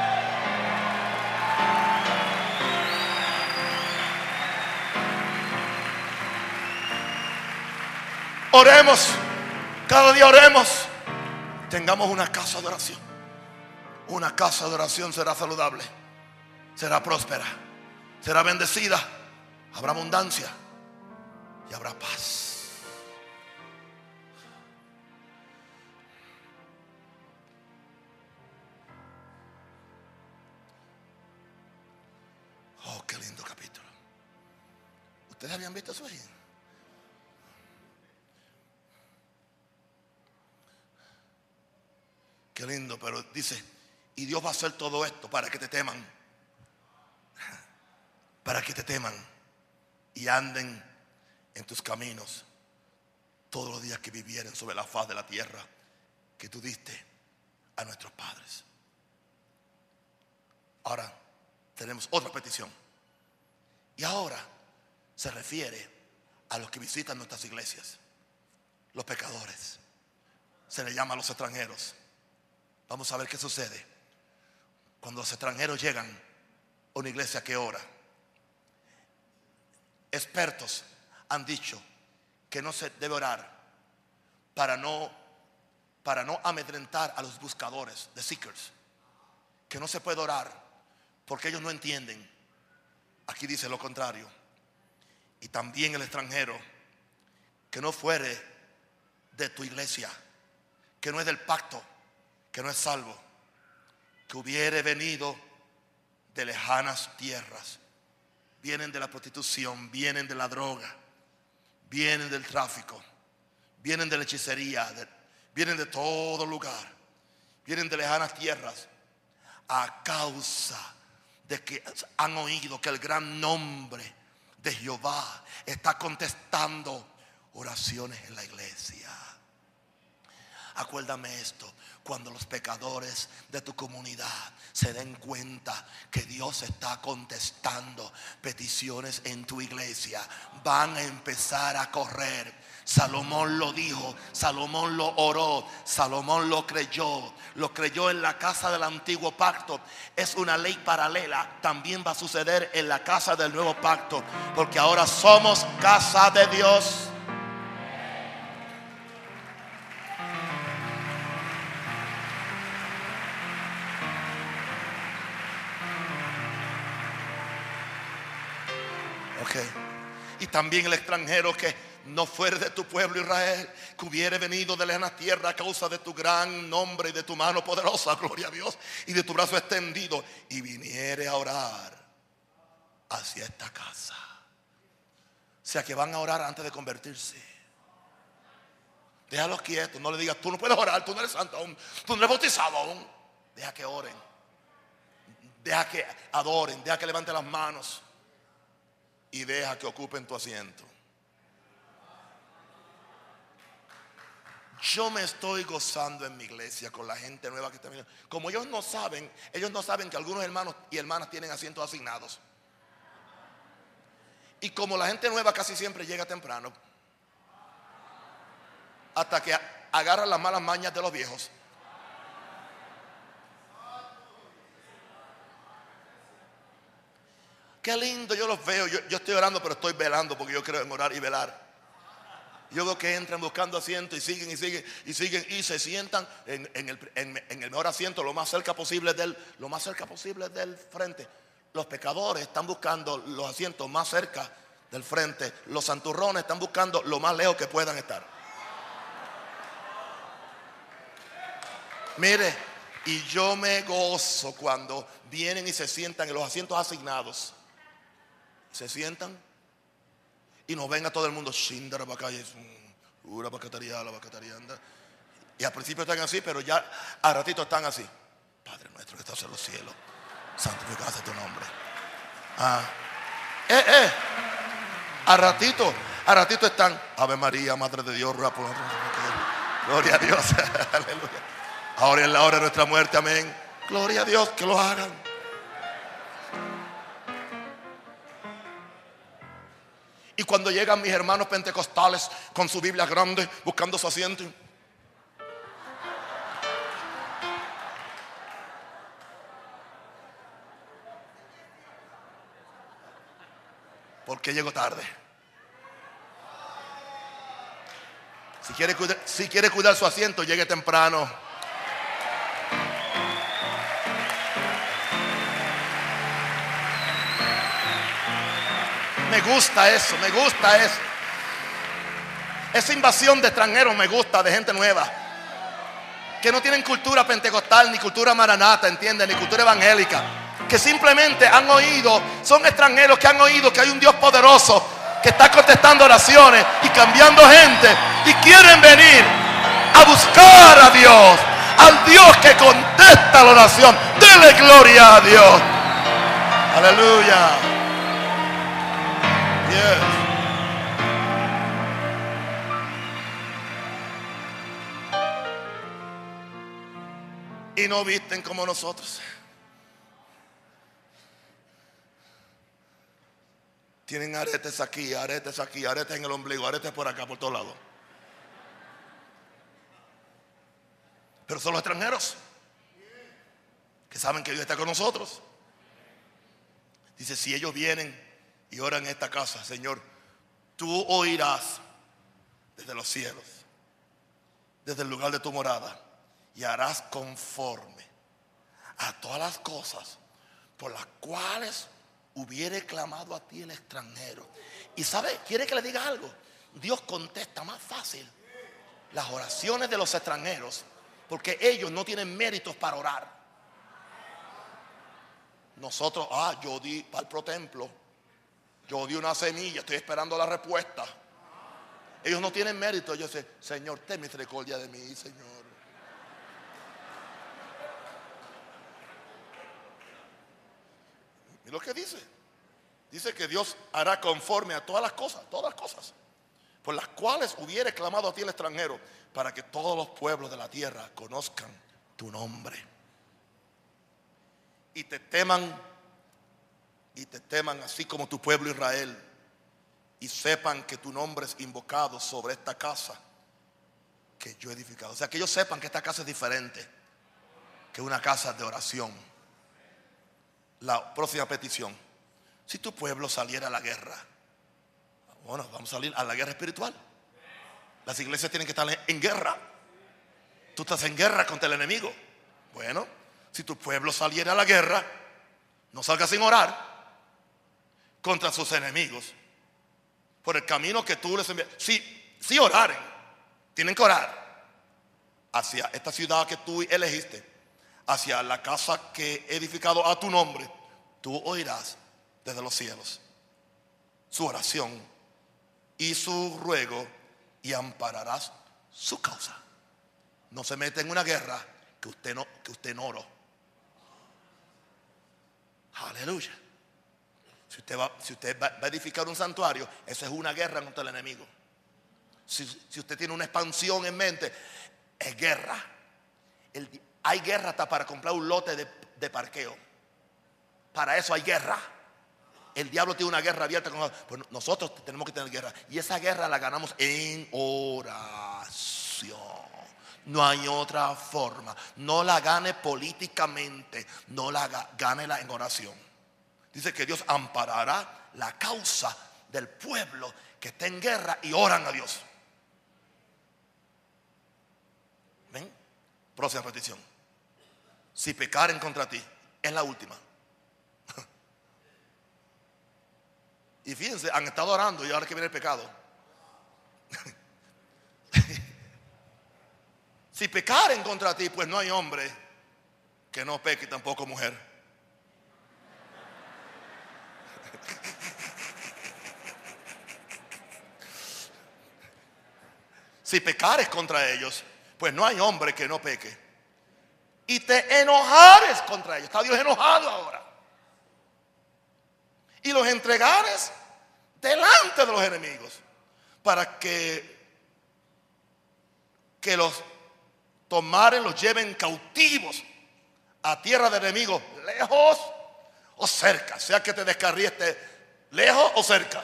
Speaker 1: Oremos, cada día oremos. Tengamos una casa de oración. Una casa de oración será saludable, será próspera, será bendecida, habrá abundancia y habrá paz. Oh, qué lindo capítulo. ¿Ustedes habían visto eso ahí? Qué lindo, pero dice, y Dios va a hacer todo esto para que te teman. Para que te teman y anden en tus caminos todos los días que vivieren sobre la faz de la tierra que tú diste a nuestros padres. Ahora tenemos otra petición. Y ahora se refiere a los que visitan nuestras iglesias, los pecadores. Se les llama a los extranjeros. Vamos a ver qué sucede cuando los extranjeros llegan a una iglesia que ora. Expertos han dicho que no se debe orar para no, para no amedrentar a los buscadores, the seekers. Que no se puede orar porque ellos no entienden. Aquí dice lo contrario. Y también el extranjero que no fuere de tu iglesia, que no es del pacto, que no es salvo, que hubiere venido de lejanas tierras. Vienen de la prostitución, vienen de la droga, vienen del tráfico, vienen de la hechicería, de, vienen de todo lugar, vienen de lejanas tierras, a causa de que han oído que el gran nombre de Jehová está contestando oraciones en la iglesia. Acuérdame esto, cuando los pecadores de tu comunidad se den cuenta que Dios está contestando peticiones en tu iglesia, van a empezar a correr. Salomón lo dijo, Salomón lo oró, Salomón lo creyó, lo creyó en la casa del antiguo pacto. Es una ley paralela, también va a suceder en la casa del nuevo pacto, porque ahora somos casa de Dios. Y también el extranjero que no fuere de tu pueblo Israel, que hubiere venido de lejana tierra a causa de tu gran nombre y de tu mano poderosa, gloria a Dios, y de tu brazo extendido, y viniere a orar hacia esta casa. O sea que van a orar antes de convertirse. Déjalos quietos, no le digas, tú no puedes orar, tú no eres santo aún, tú no eres bautizado aún. Deja que oren, deja que adoren, deja que levanten las manos. Y deja que ocupen tu asiento. Yo me estoy gozando en mi iglesia con la gente nueva que está viniendo. Como ellos no saben, ellos no saben que algunos hermanos y hermanas tienen asientos asignados. Y como la gente nueva casi siempre llega temprano, hasta que agarran las malas mañas de los viejos. Qué lindo, yo los veo. Yo, yo estoy orando, pero estoy velando porque yo creo en orar y velar. Yo veo que entran buscando asiento y siguen y siguen y siguen y se sientan en, en, el, en, en el mejor asiento, lo más cerca posible del, lo más cerca posible del frente. Los pecadores están buscando los asientos más cerca del frente. Los santurrones están buscando lo más lejos que puedan estar. Mire, y yo me gozo cuando vienen y se sientan en los asientos asignados. Se sientan y nos ven a todo el mundo. Y al principio están así, pero ya a ratito están así. Padre nuestro que estás en los cielos, santificado sea tu nombre. Ah. Eh, eh. A ratito, a ratito están, Ave María, Madre de Dios, ruega por nosotros. Gloria a Dios. Aleluya. Ahora es la hora de nuestra muerte, amén. Gloria a Dios, que lo hagan. Y cuando llegan mis hermanos pentecostales con su Biblia grande, buscando su asiento, ¿por qué llego tarde? Si quiere cuidar, si quiere cuidar su asiento, llegue temprano. Me gusta eso, me gusta eso. Esa invasión de extranjeros me gusta, de gente nueva, que no tienen cultura pentecostal, ni cultura maranata, ¿entienden? Ni cultura evangélica, que simplemente han oído, son extranjeros que han oído que hay un Dios poderoso que está contestando oraciones y cambiando gente, y quieren venir a buscar a Dios, al Dios que contesta la oración. Dele gloria a Dios. Aleluya. Yes. Y no visten como nosotros. Tienen aretes aquí, aretes aquí, aretes en el ombligo, aretes por acá, por todos lados. Pero son los extranjeros que saben que Dios está con nosotros. Dice, si ellos vienen y oran en esta casa, Señor, tú oirás desde los cielos, desde el lugar de tu morada, y harás conforme a todas las cosas por las cuales hubiere clamado a ti el extranjero. Y sabe, quiere que le diga algo. Dios contesta más fácil las oraciones de los extranjeros, porque ellos no tienen méritos para orar. Nosotros, ah, yo di para el protemplo, yo di una semilla, estoy esperando la respuesta. Ellos no tienen mérito. Ellos dicen, Señor, ten misericordia de mí, Señor. ¿Y lo que dice? Dice que Dios hará conforme a todas las cosas, todas las cosas, por las cuales hubiere clamado a ti el extranjero, para que todos los pueblos de la tierra conozcan tu nombre. Y te teman, y te teman así como tu pueblo Israel, y sepan que tu nombre es invocado sobre esta casa que yo he edificado. O sea, que ellos sepan que esta casa es diferente, que una casa de oración. La próxima petición: si tu pueblo saliera a la guerra. Bueno, vamos a salir a la guerra espiritual. Las iglesias tienen que estar en guerra. Tú estás en guerra contra el enemigo. Bueno, si tu pueblo saliera a la guerra, no salgas sin orar contra sus enemigos por el camino que tú les envías. Si, si oraren, tienen que orar hacia esta ciudad que tú elegiste, hacia la casa que he edificado a tu nombre. Tú oirás desde los cielos su oración y su ruego, y ampararás su causa. No se mete en una guerra que usted no, que usted no oró. Aleluya. Si usted va, si usted va a edificar un santuario, eso es una guerra contra el enemigo. Si, si usted tiene una expansión en mente, es guerra. El, hay guerra hasta para comprar un lote de, de parqueo. Para eso hay guerra. El diablo tiene una guerra abierta con nosotros. Pues nosotros tenemos que tener guerra. Y esa guerra la ganamos en oración. No hay otra forma. No la gane políticamente. No la gane en oración. Dice que Dios amparará la causa del pueblo que está en guerra y oran a Dios. ¿Ven? Próxima petición. Si pecaren contra ti. Es la última. Y fíjense, han estado orando y ahora que viene el pecado. Si pecaren contra ti, pues no hay hombre que no peque, tampoco mujer. Si pecares contra ellos, pues no hay hombre que no peque. Y te enojares contra ellos. Está Dios enojado ahora. Y los entregares delante de los enemigos, para que, que los tomaren, los lleven cautivos a tierra de enemigos, lejos o cerca, sea que te descarrieste lejos o cerca.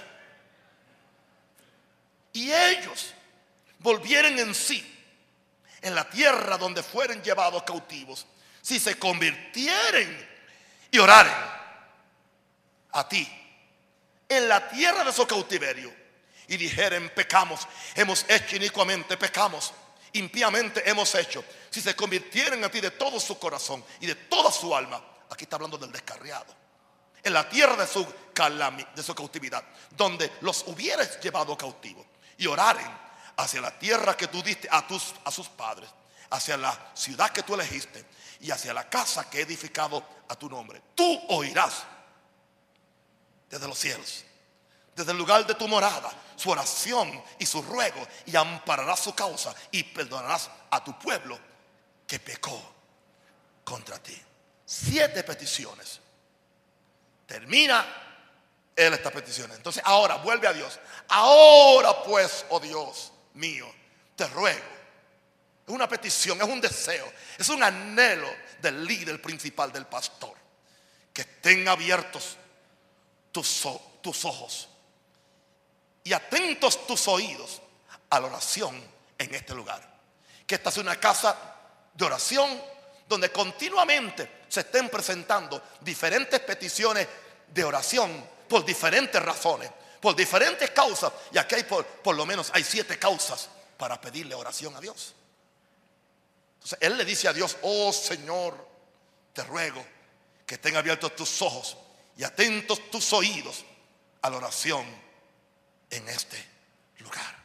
Speaker 1: Y ellos volvieren en sí en la tierra donde fueren llevados cautivos, si se convirtieren y oraren a ti en la tierra de su cautiverio, y dijeren: pecamos, hemos hecho inicuamente, pecamos, impíamente hemos hecho. Si se convirtieren a ti de todo su corazón y de toda su alma, aquí está hablando del descarriado, en la tierra de su calami, de su cautividad, donde los hubieras llevado cautivos, y oraren hacia la tierra que tú diste a, tus, a sus padres, hacia la ciudad que tú elegiste y hacia la casa que he edificado a tu nombre, tú oirás desde los cielos, desde el lugar de tu morada, su oración y su ruego, y ampararás su causa y perdonarás a tu pueblo que pecó contra ti. Siete peticiones. Termina él estas peticiones. Entonces ahora vuelve a Dios. Ahora pues, oh Dios mío, te ruego. Es una petición, es un deseo, es un anhelo del líder principal, del pastor, que estén abiertos tus, tus ojos y atentos tus oídos a la oración en este lugar. Que esta sea una casa de oración donde continuamente se estén presentando diferentes peticiones de oración por diferentes razones, por diferentes causas. Y aquí hay por, por lo menos hay siete causas para pedirle oración a Dios. Entonces él le dice a Dios: oh Señor, te ruego que estén abiertos tus ojos y atentos tus oídos a la oración en este lugar.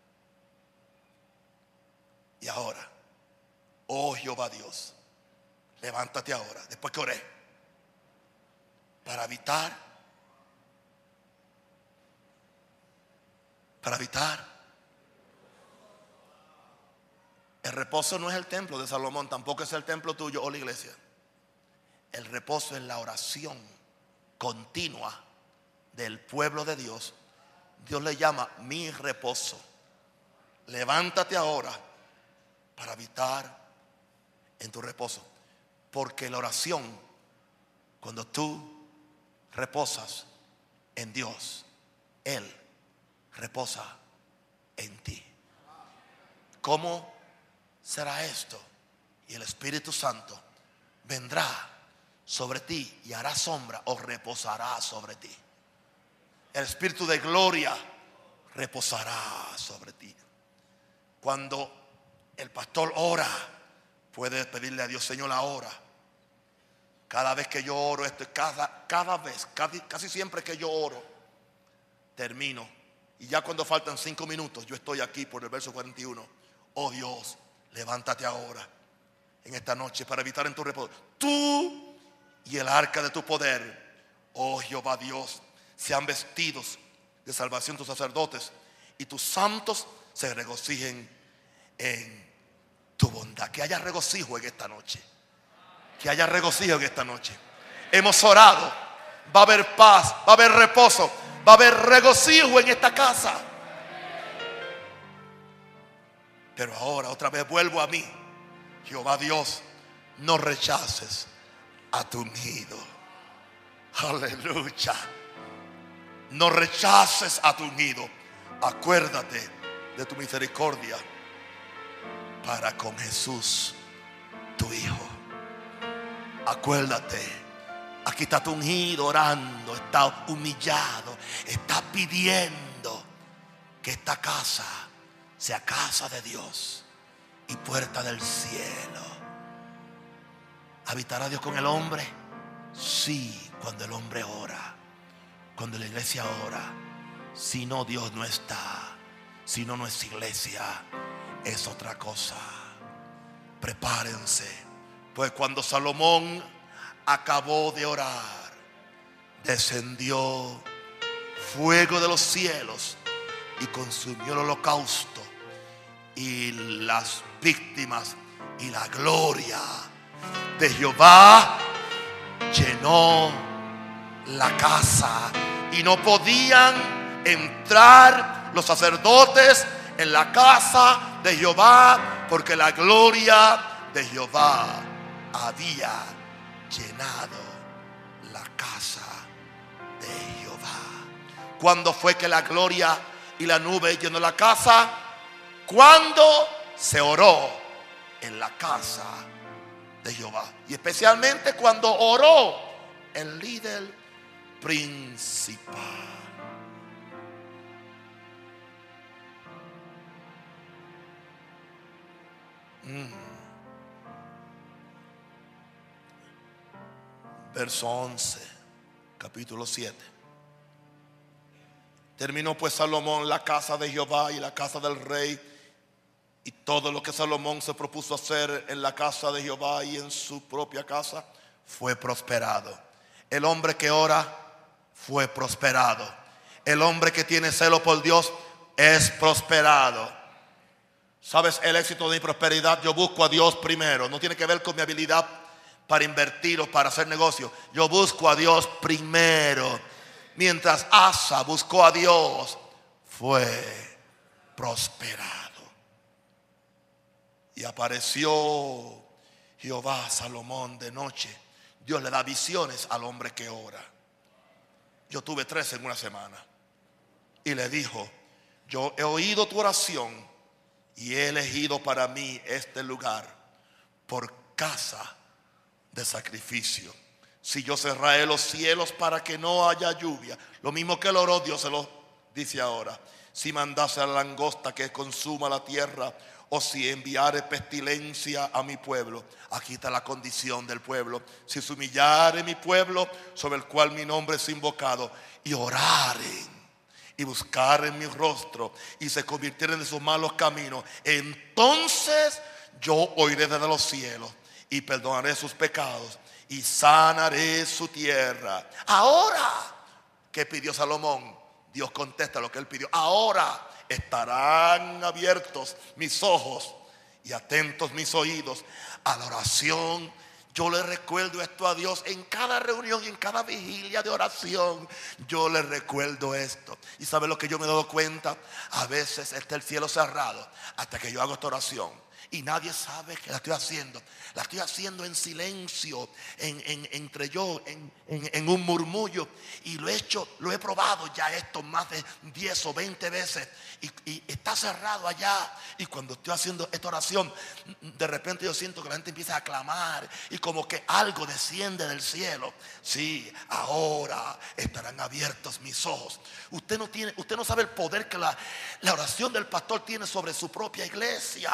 Speaker 1: Y ahora, oh Jehová Dios, levántate ahora, después que oré, para habitar, para habitar. El reposo no es el templo de Salomón, tampoco es el templo tuyo o la iglesia. El reposo es la oración continua del pueblo de Dios. Dios le llama mi reposo. Levántate ahora para habitar en tu reposo. Porque la oración, cuando tú reposas en Dios, Él reposa en ti. ¿Cómo será esto? Y el Espíritu Santo vendrá sobre ti y hará sombra o reposará sobre ti. El Espíritu de gloria reposará sobre ti. Cuando el pastor ora, puede pedirle a Dios: Señor, ahora, cada vez que yo oro esto, cada, cada vez, casi, casi siempre que yo oro, termino. Y ya cuando faltan cinco minutos, yo estoy aquí por el verso cuarenta y uno. Oh Dios, levántate ahora en esta noche para habitar en tu reposo. Tú y el arca de tu poder, oh Jehová Dios, sean vestidos de salvación tus sacerdotes, y tus santos se regocijen en tu bondad. Que haya regocijo en esta noche. Que haya regocijo en esta noche. Hemos orado. Va a haber paz, va a haber reposo, va a haber regocijo en esta casa. Pero ahora otra vez vuelvo a mí. Jehová Dios, no rechaces a tu ungido. Aleluya. No rechaces a tu ungido. Acuérdate de tu misericordia para con Jesús, tu Hijo. Acuérdate. Aquí está tu ungido orando, está humillado, está pidiendo que esta casa sea casa de Dios y puerta del cielo. ¿Habitará Dios con el hombre? Sí, cuando el hombre ora, cuando la iglesia ora. Si no, Dios no está. Si no, no es iglesia, es otra cosa. Prepárense, pues cuando Salomón acabó de orar, descendió fuego de los cielos y consumió el holocausto y las víctimas, y la gloria de Jehová llenó la casa y no podían entrar los sacerdotes en la casa de Jehová, porque la gloria de Jehová había llenado la casa de Jehová. ¿Cuándo fue que la gloria y la nube llenó la casa? Cuando se oró en la casa de Jehová, y especialmente cuando oró el líder principal. Mm. Verso once, capítulo siete. Terminó pues Salomón la casa de Jehová y la casa del rey, y todo lo que Salomón se propuso hacer en la casa de Jehová y en su propia casa fue prosperado. El hombre que ora fue prosperado. El hombre que tiene celo por Dios es prosperado. ¿Sabes el éxito de mi prosperidad? Yo busco a Dios primero. No tiene que ver con mi habilidad para invertir o para hacer negocio. Yo busco a Dios primero. Mientras Asa buscó a Dios, fue prosperado. Y apareció Jehová a Salomón de noche. Dios le da visiones al hombre que ora. Yo tuve tres en una semana. Y le dijo: yo he oído tu oración y he elegido para mí este lugar por casa de sacrificio. Si yo cerraré los cielos para que no haya lluvia, lo mismo que él oró, Dios se lo dice ahora. Si mandase a la langosta que consuma la tierra, o si enviare pestilencia a mi pueblo. Aquí está la condición del pueblo. Si se humillare mi pueblo, sobre el cual mi nombre es invocado, y oraren y buscaren mi rostro, y se convirtieren de sus malos caminos, entonces yo oiré desde los cielos y perdonaré sus pecados y sanaré su tierra. Ahora, ¿qué pidió Salomón? Dios contesta lo que él pidió. Ahora estarán abiertos mis ojos y atentos mis oídos a la oración. Yo le recuerdo esto a Dios en cada reunión y en cada vigilia de oración. Yo le recuerdo esto. ¿Y sabe lo que yo me he dado cuenta? A veces está el cielo cerrado hasta que yo hago esta oración y nadie sabe que la estoy haciendo. La estoy haciendo en silencio, en, en, entre yo, en, en, en un murmullo. Y lo he hecho, lo he probado ya esto más de diez o veinte veces. Y, y está cerrado allá. Y cuando estoy haciendo esta oración, de repente yo siento que la gente empieza a clamar y como que algo desciende del cielo. Sí, ahora estarán abiertos mis ojos. Usted no tiene, usted no sabe el poder que la, la oración del pastor tiene sobre su propia iglesia.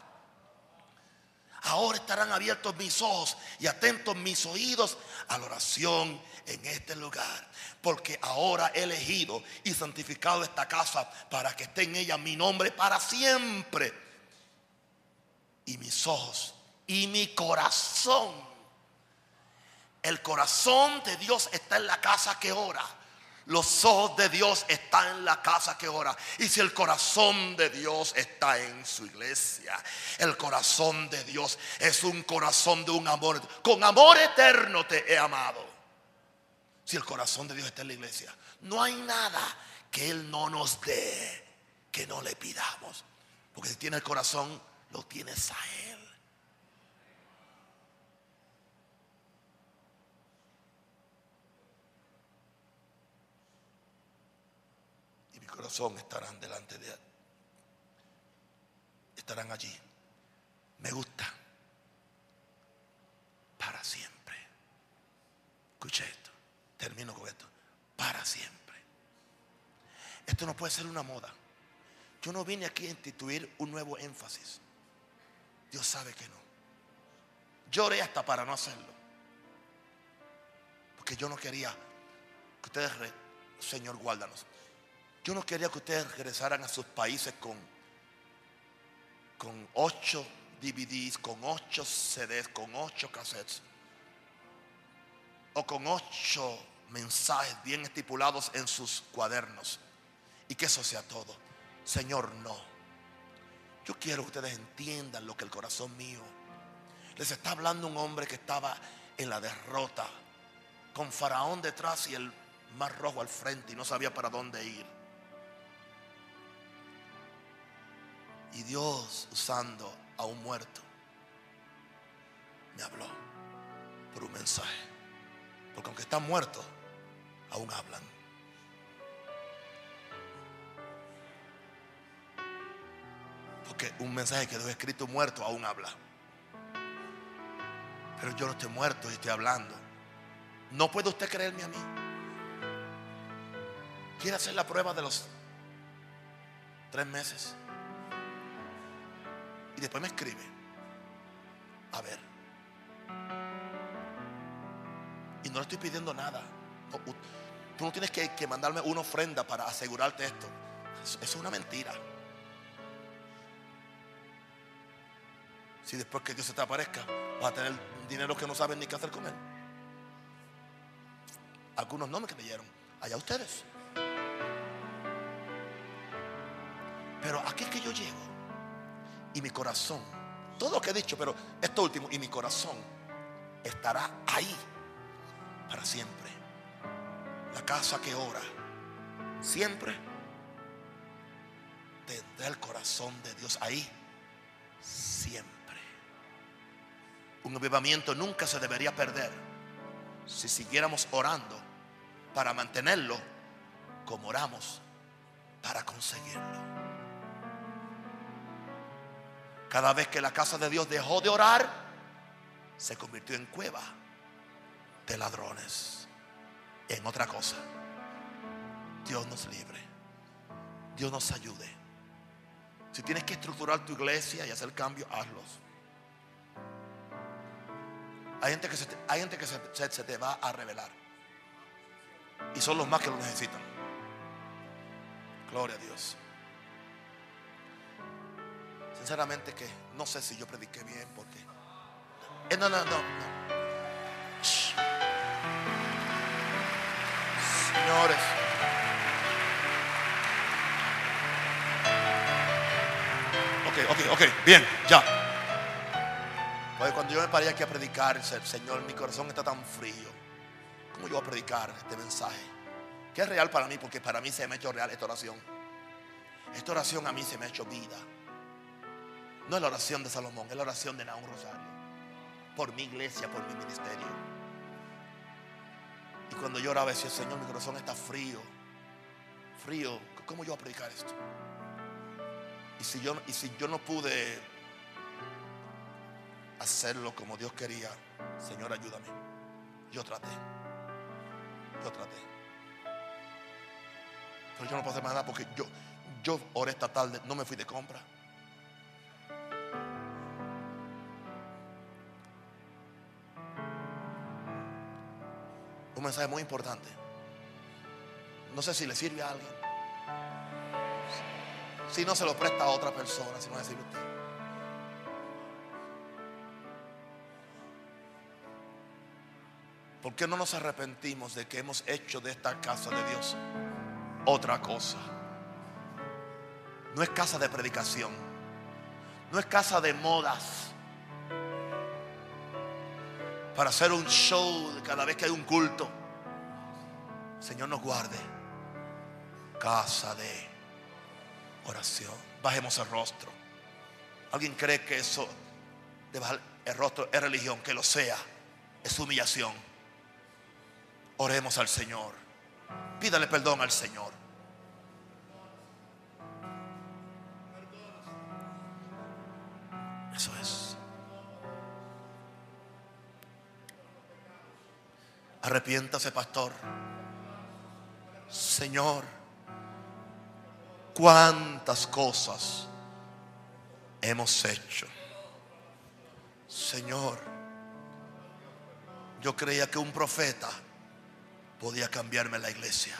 Speaker 1: Ahora estarán abiertos mis ojos y atentos mis oídos a la oración en este lugar, porque ahora he elegido y santificado esta casa para que esté en ella mi nombre para siempre. Y mis ojos y mi corazón, el corazón de Dios está en la casa que ora. Los ojos de Dios están en la casa que ora. Y si el corazón de Dios está en su iglesia, el corazón de Dios es un corazón de un amor. Con amor eterno te he amado. Si el corazón de Dios está en la iglesia, no hay nada que Él no nos dé que no le pidamos. Porque si tiene el corazón, lo tienes a Él. Corazón estarán delante de él, estarán allí. Me gusta para siempre. Escuche esto, termino con esto. Para siempre. Esto no puede ser una moda. Yo no vine aquí a instituir un nuevo énfasis. Dios sabe que no. Lloré hasta para no hacerlo, porque yo no quería que ustedes, Señor, guárdanos. Yo no quería que ustedes regresaran a sus países con, con ocho D V Ds, con ocho C Ds, con ocho cassettes, o con ocho mensajes bien estipulados en sus cuadernos, y que eso sea todo. Señor, no. Yo quiero que ustedes entiendan lo que el corazón mío. Les está hablando un hombre que estaba en la derrota, con Faraón detrás y el mar rojo al frente, y no sabía para dónde ir. Y Dios, usando a un muerto, me habló por un mensaje. Porque aunque están muertos, aún hablan. Porque un mensaje que Dios ha escrito muerto aún habla. Pero yo no estoy muerto y estoy hablando. No puede usted creerme a mí. ¿Quiere hacer la prueba de los tres meses? Y después me escribe. A ver. Y no le estoy pidiendo nada. No, tú no tienes que, que mandarme una ofrenda para asegurarte esto. Eso, eso es una mentira. Si después que Dios se te aparezca vas a tener dinero que no sabes ni qué hacer con él. Algunos no me creyeron. Allá ustedes. Pero aquí es que yo llego. Y mi corazón, todo lo que he dicho, pero esto último, y mi corazón estará ahí para siempre. La casa que ora siempre tendrá el corazón de Dios ahí siempre. Un avivamiento nunca se debería perder si siguiéramos orando para mantenerlo como oramos para conseguirlo. Cada vez que la casa de Dios dejó de orar, se convirtió en cueva de ladrones, en otra cosa. Dios nos libre, Dios nos ayude. Si tienes que estructurar tu iglesia y hacer cambios, hazlos. Hay gente que, se te, hay gente que se, se, se te va a revelar, y son los más que lo necesitan. Gloria a Dios. Sinceramente que no sé si yo prediqué bien, porque eh, no, no, no, no. Shh. Señores, ok, ok, ok, bien, ya. Porque cuando yo me paré aquí a predicar, Señor, mi corazón está tan frío. ¿Cómo yo voy a predicar este mensaje? Que es real para mí, porque para mí se me ha hecho real esta oración. Esta oración a mí se me ha hecho vida. No es la oración de Salomón, es la oración de Nahum Rosario. Por mi iglesia, por mi ministerio. Y cuando yo oraba decía, Señor, mi corazón está frío. Frío, ¿cómo yo voy a predicar esto? Y si yo, y si yo no pude hacerlo como Dios quería, Señor, ayúdame. Yo traté. Yo traté. Pero yo no puedo hacer más nada, porque yo, yo oré esta tarde, no me fui de compra. Un mensaje muy importante. No sé si le sirve a alguien. Si no, se lo presta a otra persona. Si no le sirve a usted. ¿Por qué no nos arrepentimos de que hemos hecho de esta casa de Dios otra cosa? No es casa de predicación, no es casa de modas para hacer un show cada vez que hay un culto. Señor nos guarde. Casa de oración. Bajemos el rostro. ¿Alguien cree que eso de bajar el rostro es religión? Que lo sea. Es humillación. Oremos al Señor. Pídale perdón al Señor. Eso es. Arrepiéntase, pastor. Señor, cuántas cosas hemos hecho. Señor, yo creía que un profeta podía cambiarme la iglesia.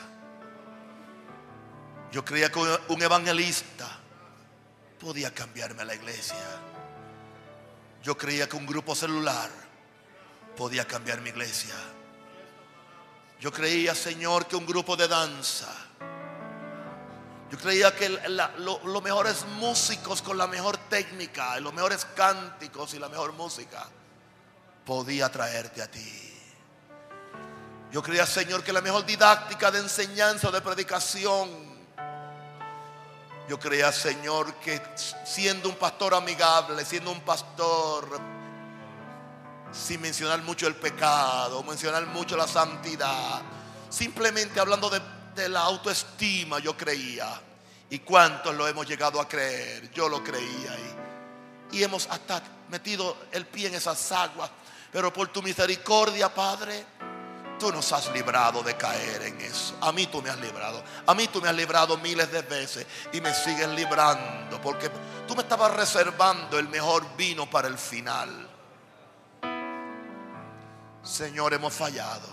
Speaker 1: Yo creía que un evangelista podía cambiarme la iglesia. Yo creía que un grupo celular podía cambiar mi iglesia. Yo creía, Señor, que un grupo de danza, yo creía que la, lo, los mejores músicos con la mejor técnica, los mejores cánticos y la mejor música podía traerte a ti. Yo creía, Señor, que la mejor didáctica de enseñanza o de predicación Yo creía, Señor, que siendo un pastor amigable, siendo un pastor sin mencionar mucho el pecado, mencionar mucho la santidad, simplemente hablando de, de la autoestima, yo creía. ¿Y cuántos lo hemos llegado a creer? Yo lo creía y, y hemos hasta metido el pie en esas aguas. Pero por tu misericordia, Padre, tú nos has librado de caer en eso. A mí tú me has librado. A mí tú me has librado miles de veces y me sigues librando, porque tú me estabas reservando el mejor vino para el final. Señor, hemos fallado.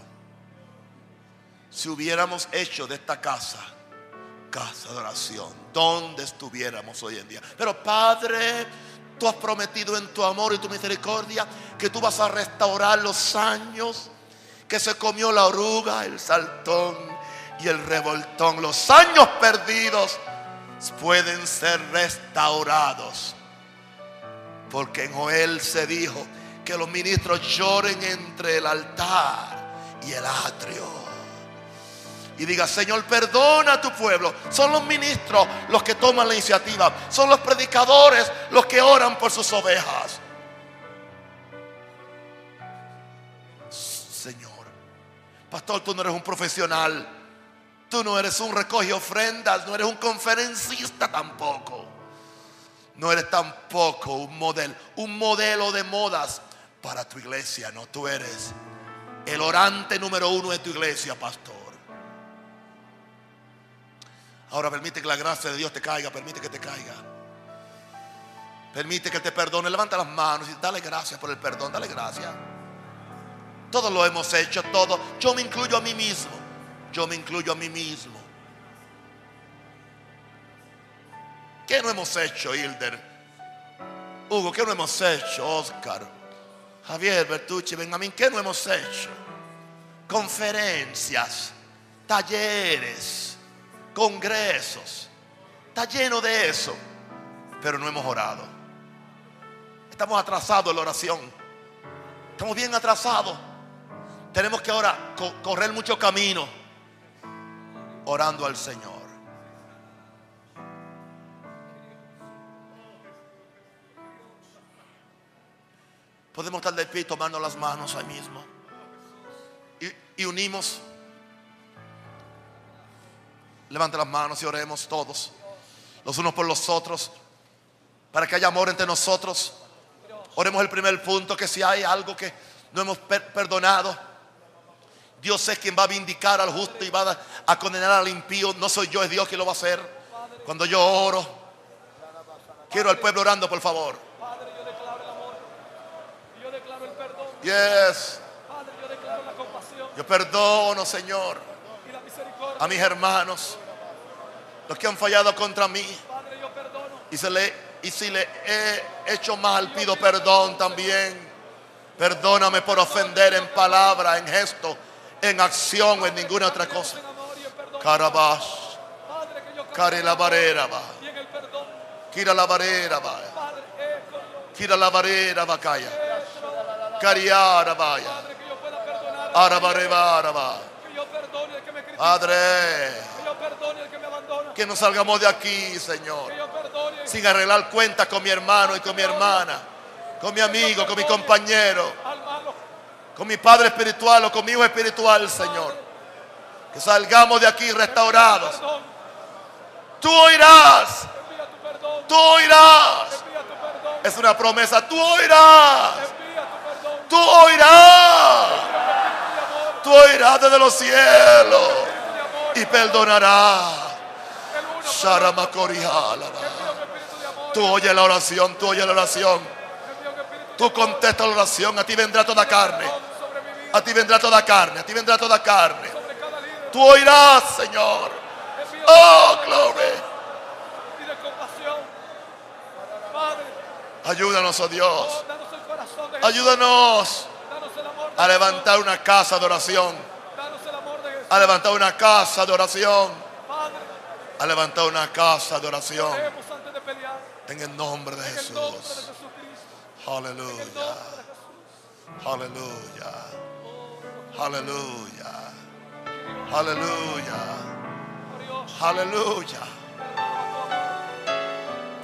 Speaker 1: Si hubiéramos hecho de esta casa casa de oración, ¿dónde estuviéramos hoy en día? Pero Padre, tú has prometido en tu amor y tu misericordia que tú vas a restaurar los años que se comió la oruga, el saltón y el revoltón. Los años perdidos pueden ser restaurados, porque en Joel se dijo que los ministros lloren entre el altar y el atrio y diga: Señor, perdona a tu pueblo. Son los ministros los que toman la iniciativa, son los predicadores los que oran por sus ovejas. Señor, pastor, tú no eres un profesional, tú no eres un recoge ofrendas, no eres un conferencista tampoco, no eres tampoco un modelo, un modelo de modas para tu iglesia. No, tú eres el orante número uno de tu iglesia, pastor. Ahora permite que la gracia de Dios te caiga, permite que te caiga, permite que te perdone. Levanta las manos y dale gracias por el perdón, dale gracias. Todos lo hemos hecho, todos. Yo me incluyo a mí mismo. Yo me incluyo a mí mismo. ¿Qué no hemos hecho, Hilder? Hugo, ¿qué no hemos hecho? Oscar, Javier, Bertucci, Benjamín, ¿qué no hemos hecho? Conferencias, talleres, congresos. Está lleno de eso, pero no hemos orado. Estamos atrasados en la oración. Estamos bien atrasados. Tenemos que ahora co- correr mucho camino orando al Señor. Podemos estar de pie y tomarnos las manos ahí mismo y, y unimos. Levante las manos y oremos todos, los unos por los otros, para que haya amor entre nosotros. Oremos el primer punto, que si hay algo que no hemos per- perdonado, Dios es quien va a vindicar al justo y va a, a condenar al impío. No soy yo, es Dios quien lo va a hacer. Cuando yo oro, quiero al pueblo orando, por favor.
Speaker 2: Padre, yo declaro el amor, yo declaro el perdón.
Speaker 1: Yes.
Speaker 2: Padre, yo declaro la compasión
Speaker 1: Yo perdono, Señor,
Speaker 2: y la misericordia.
Speaker 1: a mis hermanos, los que han fallado contra mí.
Speaker 2: Padre, yo perdono.
Speaker 1: Y, se le, y si le he hecho mal, pido perdón también. Perdóname por ofender en palabra, en gesto, en acción o en ninguna otra cosa.
Speaker 2: En amor y en perdón.
Speaker 1: Carabash,
Speaker 2: Padre, que yo creo
Speaker 1: Cari la barera va,
Speaker 2: y en el perdón.
Speaker 1: Kira la barera va,
Speaker 2: Padre, eco,
Speaker 1: Kira la barera va calla, Cariara vaya,
Speaker 2: Padre, que yo pueda perdonar.
Speaker 1: Arabarevara va.
Speaker 2: Que yo perdone al que me critica.
Speaker 1: Padre,
Speaker 2: Que yo perdone al que me abandona.
Speaker 1: que no salgamos de aquí, Señor,
Speaker 2: Que yo perdone
Speaker 1: sin arreglar cuentas con mi hermano y con mi hermana, con mi amigo, con mi compañero,
Speaker 2: al malo.
Speaker 1: con mi padre espiritual o con mi hijo espiritual, Señor. Que salgamos de aquí restaurados.
Speaker 2: Perdón.
Speaker 1: Tú oirás,
Speaker 2: Envía tu perdón.
Speaker 1: tú oirás.
Speaker 2: Envía tu perdón.
Speaker 1: Es una promesa, tú oirás,
Speaker 2: Envía tu perdón.
Speaker 1: tú oirás, tú oirás desde los cielos y perdonarás.
Speaker 2: El uno.
Speaker 1: Sharamakorihalaba.
Speaker 2: Envía un espíritu de amor.
Speaker 1: Tú oyes la oración, tú oyes la oración,
Speaker 2: Envía un espíritu
Speaker 1: tú contestas la oración. A ti vendrá toda carne,
Speaker 2: sobre mi vida.
Speaker 1: a ti vendrá toda carne, a ti vendrá toda carne.
Speaker 2: Sobre cada líder.
Speaker 1: Tú oirás, Señor.
Speaker 2: Envía
Speaker 1: Oh, glory.
Speaker 2: y de compasión. Padre,
Speaker 1: Ayúdanos, oh Dios.
Speaker 2: danos el corazón de Jesús.
Speaker 1: Ayúdanos
Speaker 2: Danos el amor de
Speaker 1: a
Speaker 2: Jesús.
Speaker 1: levantar una casa de oración,
Speaker 2: Danos el amor de Jesús.
Speaker 1: a levantar una casa de oración,
Speaker 2: Padre,
Speaker 1: a levantar una casa de oración.
Speaker 2: oremos antes de pelear.
Speaker 1: En el nombre de
Speaker 2: En el nombre de
Speaker 1: Jesús.
Speaker 2: Jesucristo. En el nombre
Speaker 1: Aleluya.
Speaker 2: de Jesús.
Speaker 1: Aleluya. Aleluya. Aleluya.
Speaker 2: Dios,
Speaker 1: Aleluya.
Speaker 2: perdona todo.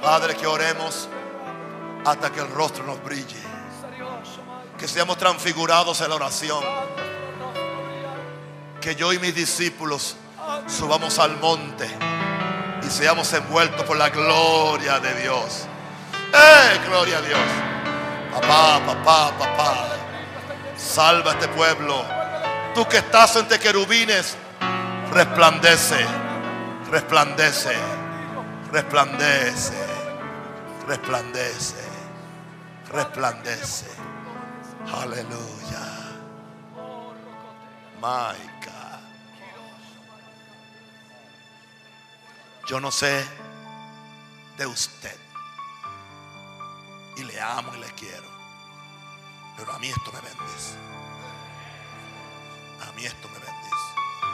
Speaker 1: Padre, que oremos hasta que el rostro nos brille, que seamos transfigurados en la oración, que yo y mis discípulos subamos al monte y seamos envueltos por la gloria de Dios. ¡Eh! Gloria a Dios. Papá, papá, papá, salva a este pueblo. Tú que estás entre querubines, resplandece, resplandece, resplandece, resplandece, resplandece. Aleluya. My God. Yo no sé de usted, y le amo y le quiero, pero a mí esto me bendice. A mí esto me bendice.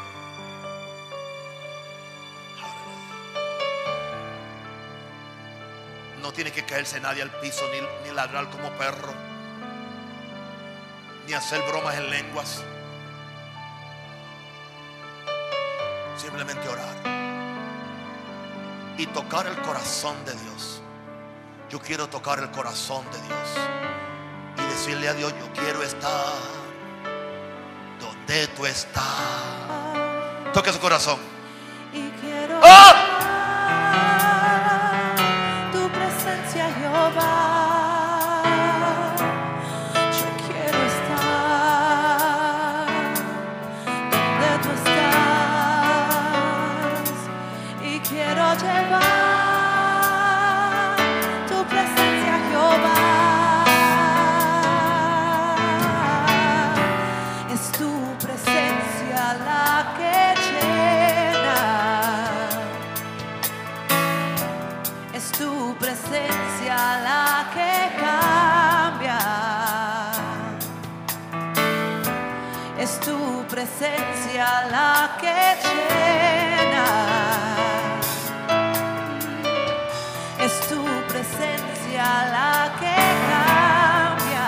Speaker 1: Aleluya. No tiene que caerse nadie al piso, ni, ni ladrar como perro, ni hacer bromas en lenguas. Simplemente orar y tocar el corazón de Dios. Yo quiero tocar el corazón de Dios y decirle a Dios: yo quiero estar donde tú estás. Toque su corazón.
Speaker 3: Y quiero
Speaker 1: ¡Ah!
Speaker 3: tu presencia, Jehová. Yo quiero estar donde tú estás y quiero llevar tu presencia, Jehová. Es tu presencia la que llena, es tu presencia la que cambia, es tu presencia la que llena, es tu presencia la que cambia,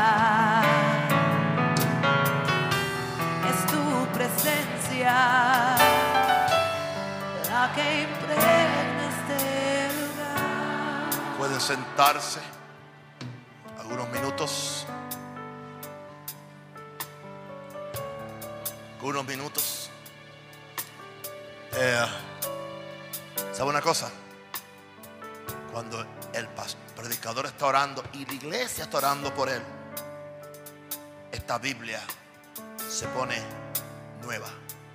Speaker 3: es tu presencia la que impregna este lugar.
Speaker 1: Pueden sentarse algunos minutos. Unos minutos. Eh, ¿Sabe una cosa? Cuando el pas- predicador está orando y la iglesia está orando por él, esta Biblia se pone nueva.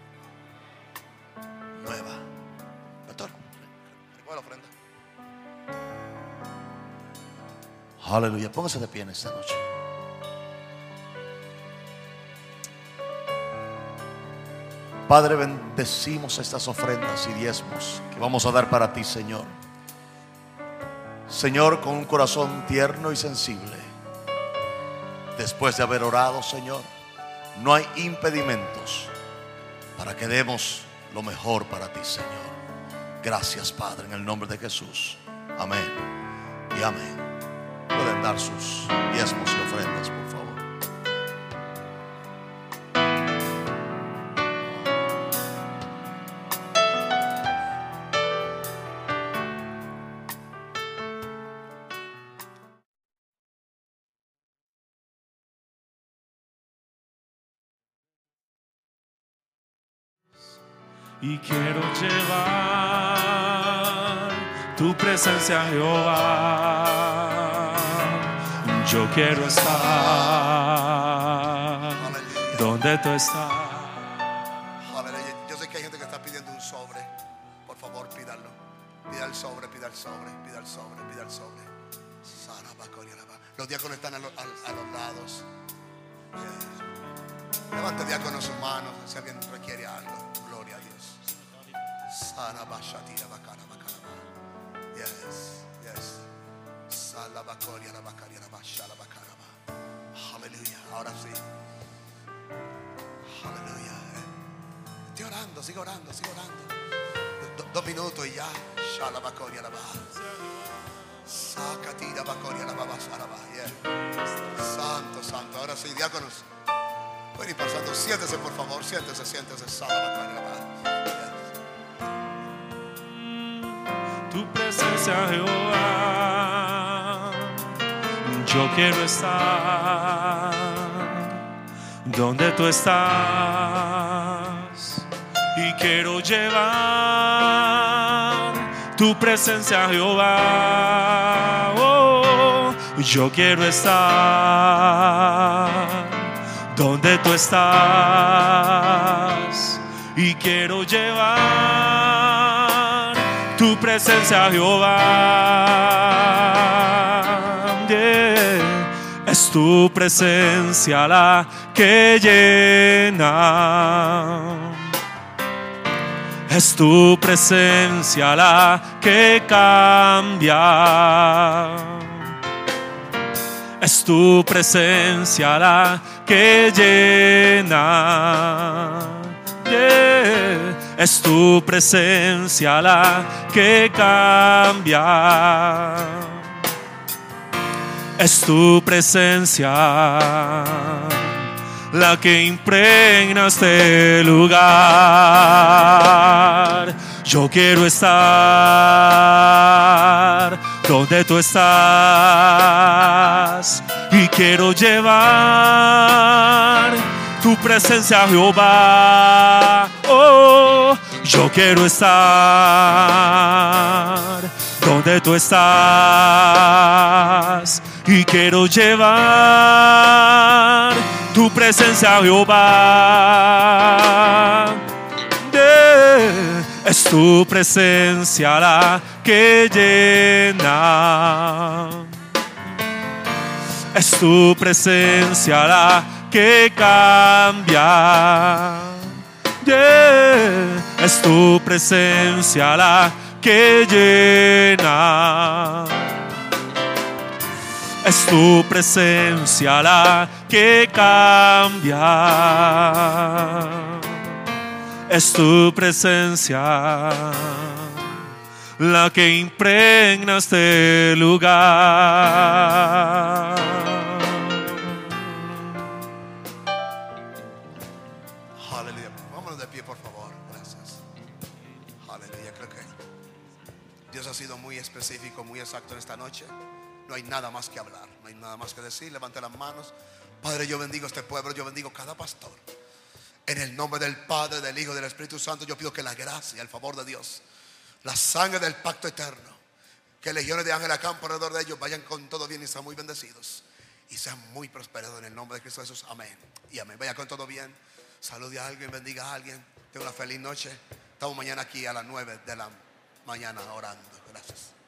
Speaker 1: Nueva. Pastor, recoge la ofrenda. Aleluya. Póngase de pie en esta noche. Padre, bendecimos estas ofrendas y diezmos que vamos a dar para ti, Señor. Señor, con un corazón tierno y sensible, después de haber orado, Señor, no hay impedimentos para que demos lo mejor para ti, Señor. Gracias, Padre, en el nombre de Jesús. Amén y amén. Pueden dar sus diezmos y ofrendas, por favor.
Speaker 4: Y quiero llevar tu presencia, Jehová. Yo quiero estar donde tú estás.
Speaker 1: Aleluya. Yo sé que hay gente que está pidiendo un sobre. Por favor, pídalo. Pida el sobre, pida el sobre, pida el sobre, pida el sobre. Los diáconos están a, lo, a, a los lados. Yeah. Levante, diácono, sus manos si alguien requiere algo. Gloria a Dios. Yes, yes. Aleluya. Ahora sí. Aleluya. Estoy orando, sigo orando, sigo orando. Do, dos minutos y ya. Santo, santo. Ahora sí, diáconos. Pueden ir pasando. Siéntese, por favor. Siéntese, siéntese.
Speaker 4: Tu presencia, Jehová. yo quiero estar donde tú estás y quiero llevar tu presencia, Jehová. Oh, yo quiero estar donde tú estás y quiero llevar tu presencia, Jehová. Yeah. Es tu presencia la que llena, es tu presencia la que cambia, es tu presencia la que llena. Yeah. Es tu presencia la que cambia, es tu presencia la que impregna este lugar. Yo quiero estar donde tú estás y quiero llevar tu presencia, Jehová. Oh, yo quiero estar donde tú estás y quiero llevar tu presencia, Jehová. Yeah. Es tu presencia la que llena, es tu presencia la que cambia. Yeah. Es tu presencia la que llena, es tu presencia la que cambia, es tu presencia la que impregna este lugar.
Speaker 1: Aleluya. Vámonos de pie, por favor. Gracias. Aleluya. Creo que Dios ha sido muy específico, muy exacto en esta noche. No hay nada más que hablar, no hay nada más que decir. Levante las manos. Padre, yo bendigo este pueblo, yo bendigo cada pastor. En el nombre del Padre, del Hijo y del Espíritu Santo, yo pido que la gracia, el favor de Dios, la sangre del pacto eterno, que legiones de ángeles acampen alrededor de ellos, vayan con todo bien y sean muy bendecidos y sean muy prosperados en el nombre de Cristo Jesús. Amén y amén. Vaya con todo bien. Salude a alguien, bendiga a alguien. Tenga una feliz noche. Estamos mañana aquí a las nueve de la mañana orando. Gracias.